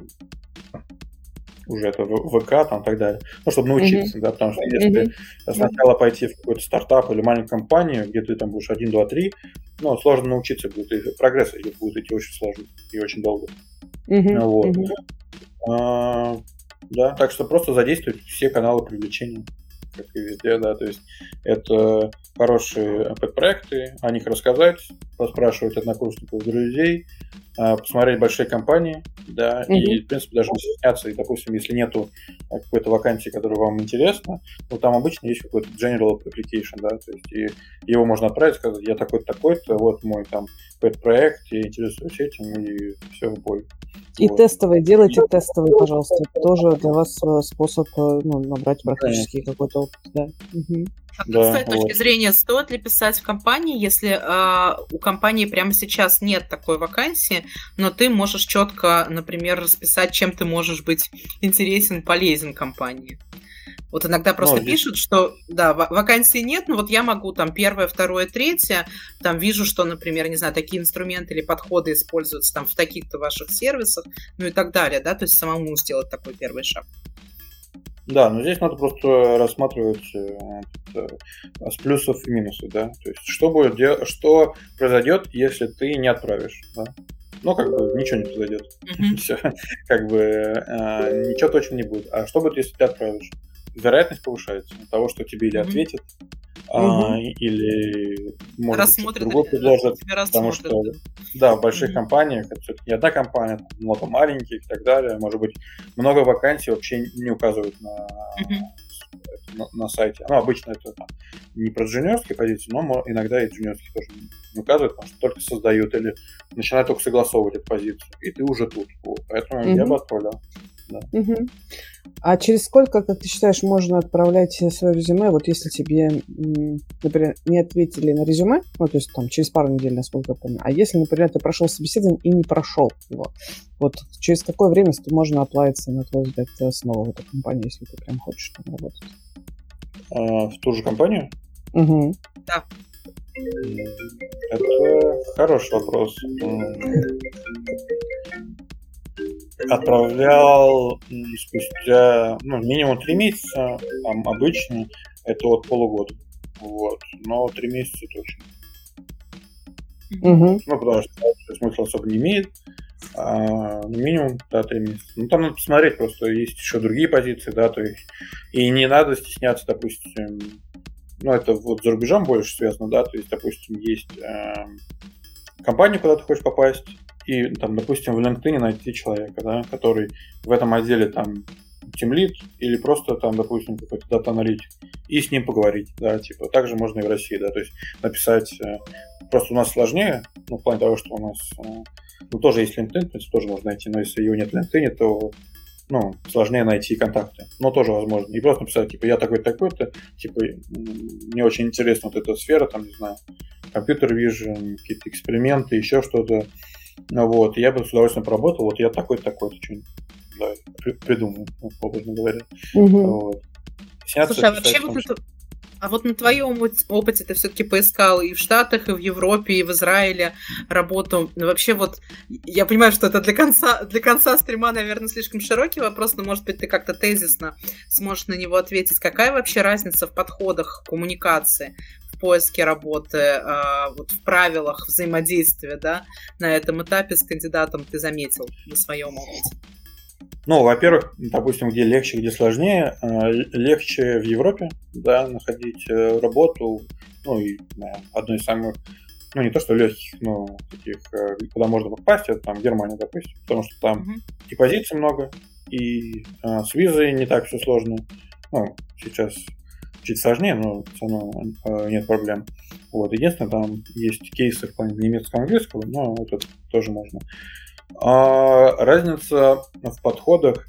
уже это В- ВК, там, и так далее. Ну, чтобы Мгм. научиться, да, потому что если Мгм. сначала пойти в какой-то стартап или маленькую компанию, где ты там будешь один, два, три, ну, сложно научиться будет, и прогресс идет- будет идти очень сложно и очень долго. Мгм. Вот. Мгм. А, Да, так что просто задействовать все каналы привлечения, как и везде, да, то есть это хорошие пэт-проекты, о них рассказать, поспрашивать однокурсников, друзей, посмотреть большие компании, да, mm-hmm. и, в принципе, даже не стесняться, и, допустим, если нету какой-то вакансии, которая вам интересна, ну, там обычно есть какой-то general application, да, то есть и его можно отправить, сказать, я такой-то, такой-то, вот мой там пэт-проект, я интересуюсь этим, и все в бой. И вот. тестовые, делайте и... тестовые, пожалуйста, это тоже для вас способ, ну, набрать практически да. какой-то опыт, да. Угу. Да, с твоей вот. точки зрения, стоит ли писать в компании, если э, у компании прямо сейчас нет такой вакансии, но ты можешь четко, например, расписать, чем ты можешь быть интересен, полезен компании? Вот иногда просто ну, пишут, здесь... что да, вакансий нет, но вот я могу там первое, второе, третье, там вижу, что, например, не знаю, такие инструменты или подходы используются там в таких-то ваших сервисах, ну и так далее, да, то есть самому сделать такой первый шаг. Да, но здесь надо просто рассматривать э, с плюсов и минусов, да, то есть что будет, что произойдет, если ты не отправишь, да. Ну, как бы, ничего не произойдет. Mm-hmm. Все, как бы, э, ничего точно не будет. А что будет, если ты отправишь? Вероятность повышается того, что тебе или ответят, mm-hmm. а, или, может быть, другой предложат. Потому что, да, в больших mm-hmm. компаниях, это все-таки не одна компания, много маленьких и так далее. Может быть, много вакансий вообще не указывают на, mm-hmm. на, на сайте. Ну, обычно это там, не про джуниорские позиции, но иногда и джуниорские тоже не указывают, потому что только создают или начинают только согласовывать эту позицию. И ты уже тут. Вот. Поэтому mm-hmm. я бы отправлял. Да. Угу. А через сколько, как ты считаешь, можно отправлять свое резюме, вот если тебе, например, не ответили на резюме, ну, то есть там через пару недель, насколько я помню, а если, например, ты прошел собеседование и не прошел его, вот через какое время можно оплавиться, на твой взгляд, снова в эту компанию, если ты прям хочешь там работать? А, в ту же компанию? Угу. Да. Это хороший вопрос. Отправлял спустя ну, минимум три месяца, там обычно это от полугода, вот, но три месяца точно. Угу. Ну, потому что смысла особо не имеет, а, ну, минимум, да, три месяца. Ну, там надо посмотреть, просто есть еще другие позиции, да, то есть, и не надо стесняться, допустим, ну, это вот за рубежом больше связано, да, то есть, допустим, есть э, компания, куда ты хочешь попасть, и, там, допустим, в LinkedIn найти человека, да, который в этом отделе там тимлид или просто там, допустим, какой-то дата-аналитик, и с ним поговорить, да, типа, также можно и в России, да, то есть написать, э, просто у нас сложнее, ну, в плане того, что у нас, э, ну, тоже есть LinkedIn, в принципе, тоже можно найти, но если его нет в LinkedIn, то, ну, сложнее найти контакты, но тоже возможно, и просто написать, типа, я такой-такой-то, типа, мне очень интересна вот эта сфера, там, не знаю, компьютер vision, какие-то эксперименты, еще что-то. Ну вот, я бы с удовольствием поработал, вот я такой-такой-то что-нибудь да, придумал, образно говоря. Угу. Вот. Сняться, слушай, а вообще вот это, а вот на твоем опыте ты все-таки поискал и в Штатах, и в Европе, и в Израиле работу. Ну, вообще вот, я понимаю, что это для конца, для конца стрима, наверное, слишком широкий вопрос, но, может быть, ты как-то тезисно сможешь на него ответить. Какая вообще разница в подходах к коммуникации? Поиске работы, вот в правилах взаимодействия, да, на этом этапе с кандидатом ты заметил на своем опыте? Ну, во-первых, допустим, где легче, где сложнее, легче в Европе, да, находить работу, ну, и наверное, одной из самых, ну, не то что легких, но таких, куда можно попасть, это там Германия, допустим, потому что там угу. и позиций много, и а, с визой не так все сложно, ну, сейчас чуть сложнее, но все равно э, нет проблем. Вот. Единственное, там есть кейсы в плане немецкого, английского, но это тоже можно. А разница в подходах,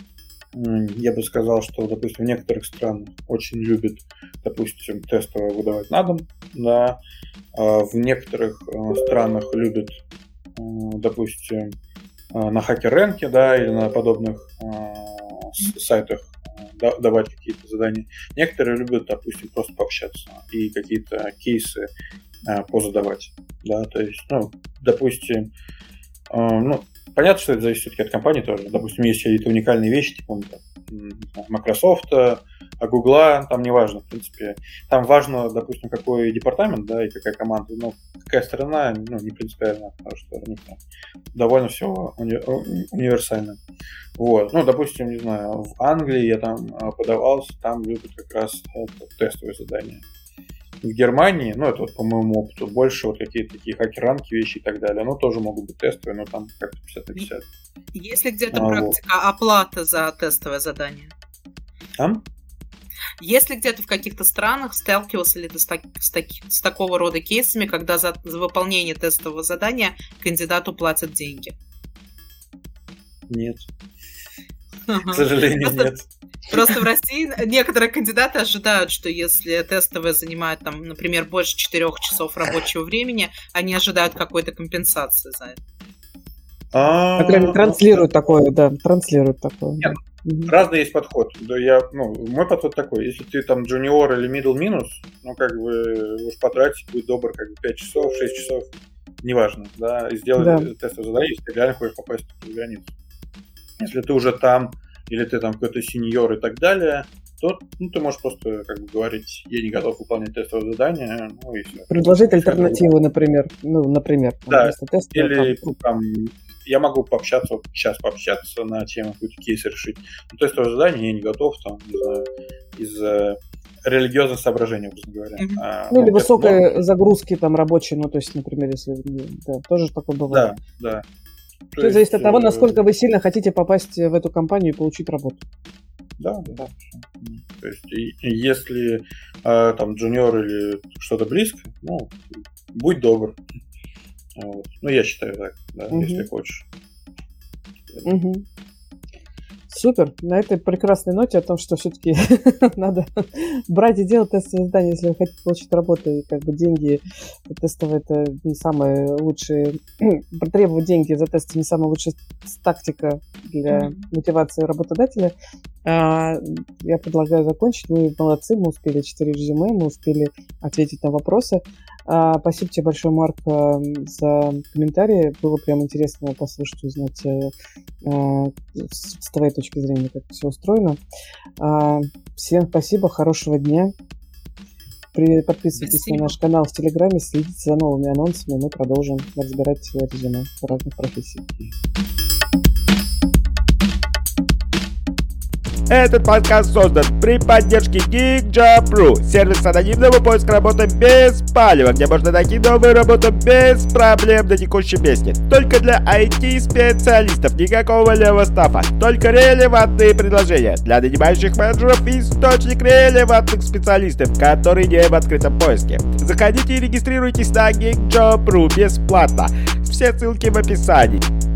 я бы сказал, что, допустим, в некоторых странах очень любят, допустим, тестово выдавать на дом, да, а в некоторых э, странах любят, э, допустим, э, на хакер-рэнке, да, или на подобных э, сайтах давать какие-то задания. Некоторые любят, допустим, просто пообщаться и какие-то кейсы а, позадавать. Да, то есть, ну, допустим, а, ну, понятно, что это зависит все-таки от компании тоже. Допустим, есть какие-то уникальные вещи, типа Microsoft, а Google, там не важно, в принципе. Там важно, допустим, какой департамент, да, и какая команда, но какая страна, ну, не принципиально, потому что у них там довольно все уни- универсально. Вот. Ну, допустим, не знаю, в Англии я там подавался, там любят как раз тестовые задания. в Германии, ну, это вот по моему опыту, больше вот какие-то такие хакеранки вещи и так далее, оно тоже могут быть тестовые, но там как-то пятьдесят на пятьдесят. Есть ли где-то А, практика вот. Оплаты за тестовое задание? А? Если где-то в каких-то странах сталкивался ли ты с, так, с, таки, с такого рода кейсами, когда за, за выполнение тестового задания кандидату платят деньги? Нет. К сожалению, просто, нет. Просто в России некоторые кандидаты ожидают, что если тестовое занимает, там, например, больше четырех часов рабочего времени, они ожидают какой-то компенсации за это. А, прям транслируют такое, да, транслируют такое. Нет, mm-hmm. Разный есть подход. Да, я, ну, мой подход такой, если ты там джуниор или middle минус, ну, как бы, уж потратить, будь добр, как бы, пять часов, шесть часов, неважно, да, и сделать да. тестовое задание, если ты реально хочешь попасть в границу. Если ты уже там, или ты там какой-то сеньор и так далее, то ну, ты можешь просто как бы говорить, я не готов выполнять тестовое задание, ну и все. Предложить альтернативу, например. Ну, например. Да, или там, там, я могу пообщаться, вот сейчас пообщаться на тему какой-то кейс решить. Но тестовое задание я не готов там из-за, из-за религиозных соображений, образно говоря. Mm-hmm. А, ну, или высокой можно... загрузки там рабочей, ну, то есть, например, если... Да, тоже такое бывает. Да, да. То Все есть, зависит от того, насколько вы сильно хотите попасть в эту компанию и получить работу. Да, да. То есть, если э, там джуниор или что-то близко, ну, будь добр. Вот. Ну, я считаю так, да, угу. если хочешь. Угу. Супер. На этой прекрасной ноте о том, что все-таки надо брать и делать тестовые задания, если вы хотите получить работу, и как бы деньги тестовые это не самые лучшие, требовать деньги за тесты не самая лучшая тактика для mm-hmm. мотивации работодателя. А, я предлагаю закончить. Мы молодцы, мы успели четыре резюме, мы успели ответить на вопросы. А, спасибо тебе большое, Марк, за комментарии. Было прям интересно послушать, узнать а, с твоей точки зрения, как все устроено. А, всем спасибо, хорошего дня. При, подписывайтесь спасибо. На наш канал в Телеграме, следите за новыми анонсами. Мы продолжим разбирать резюме разных профессий. Этот подкаст создан при поддержке GeekJob.ru, сервис анонимного поиска работы без палева, где можно найти новую работу без проблем на текущем месте. Только для ай ти-специалистов, никакого левого стафа, только релевантные предложения. Для нанимающих менеджеров источник релевантных специалистов, которые не в открытом поиске. Заходите и регистрируйтесь на GeekJob.ru бесплатно. Все ссылки в описании.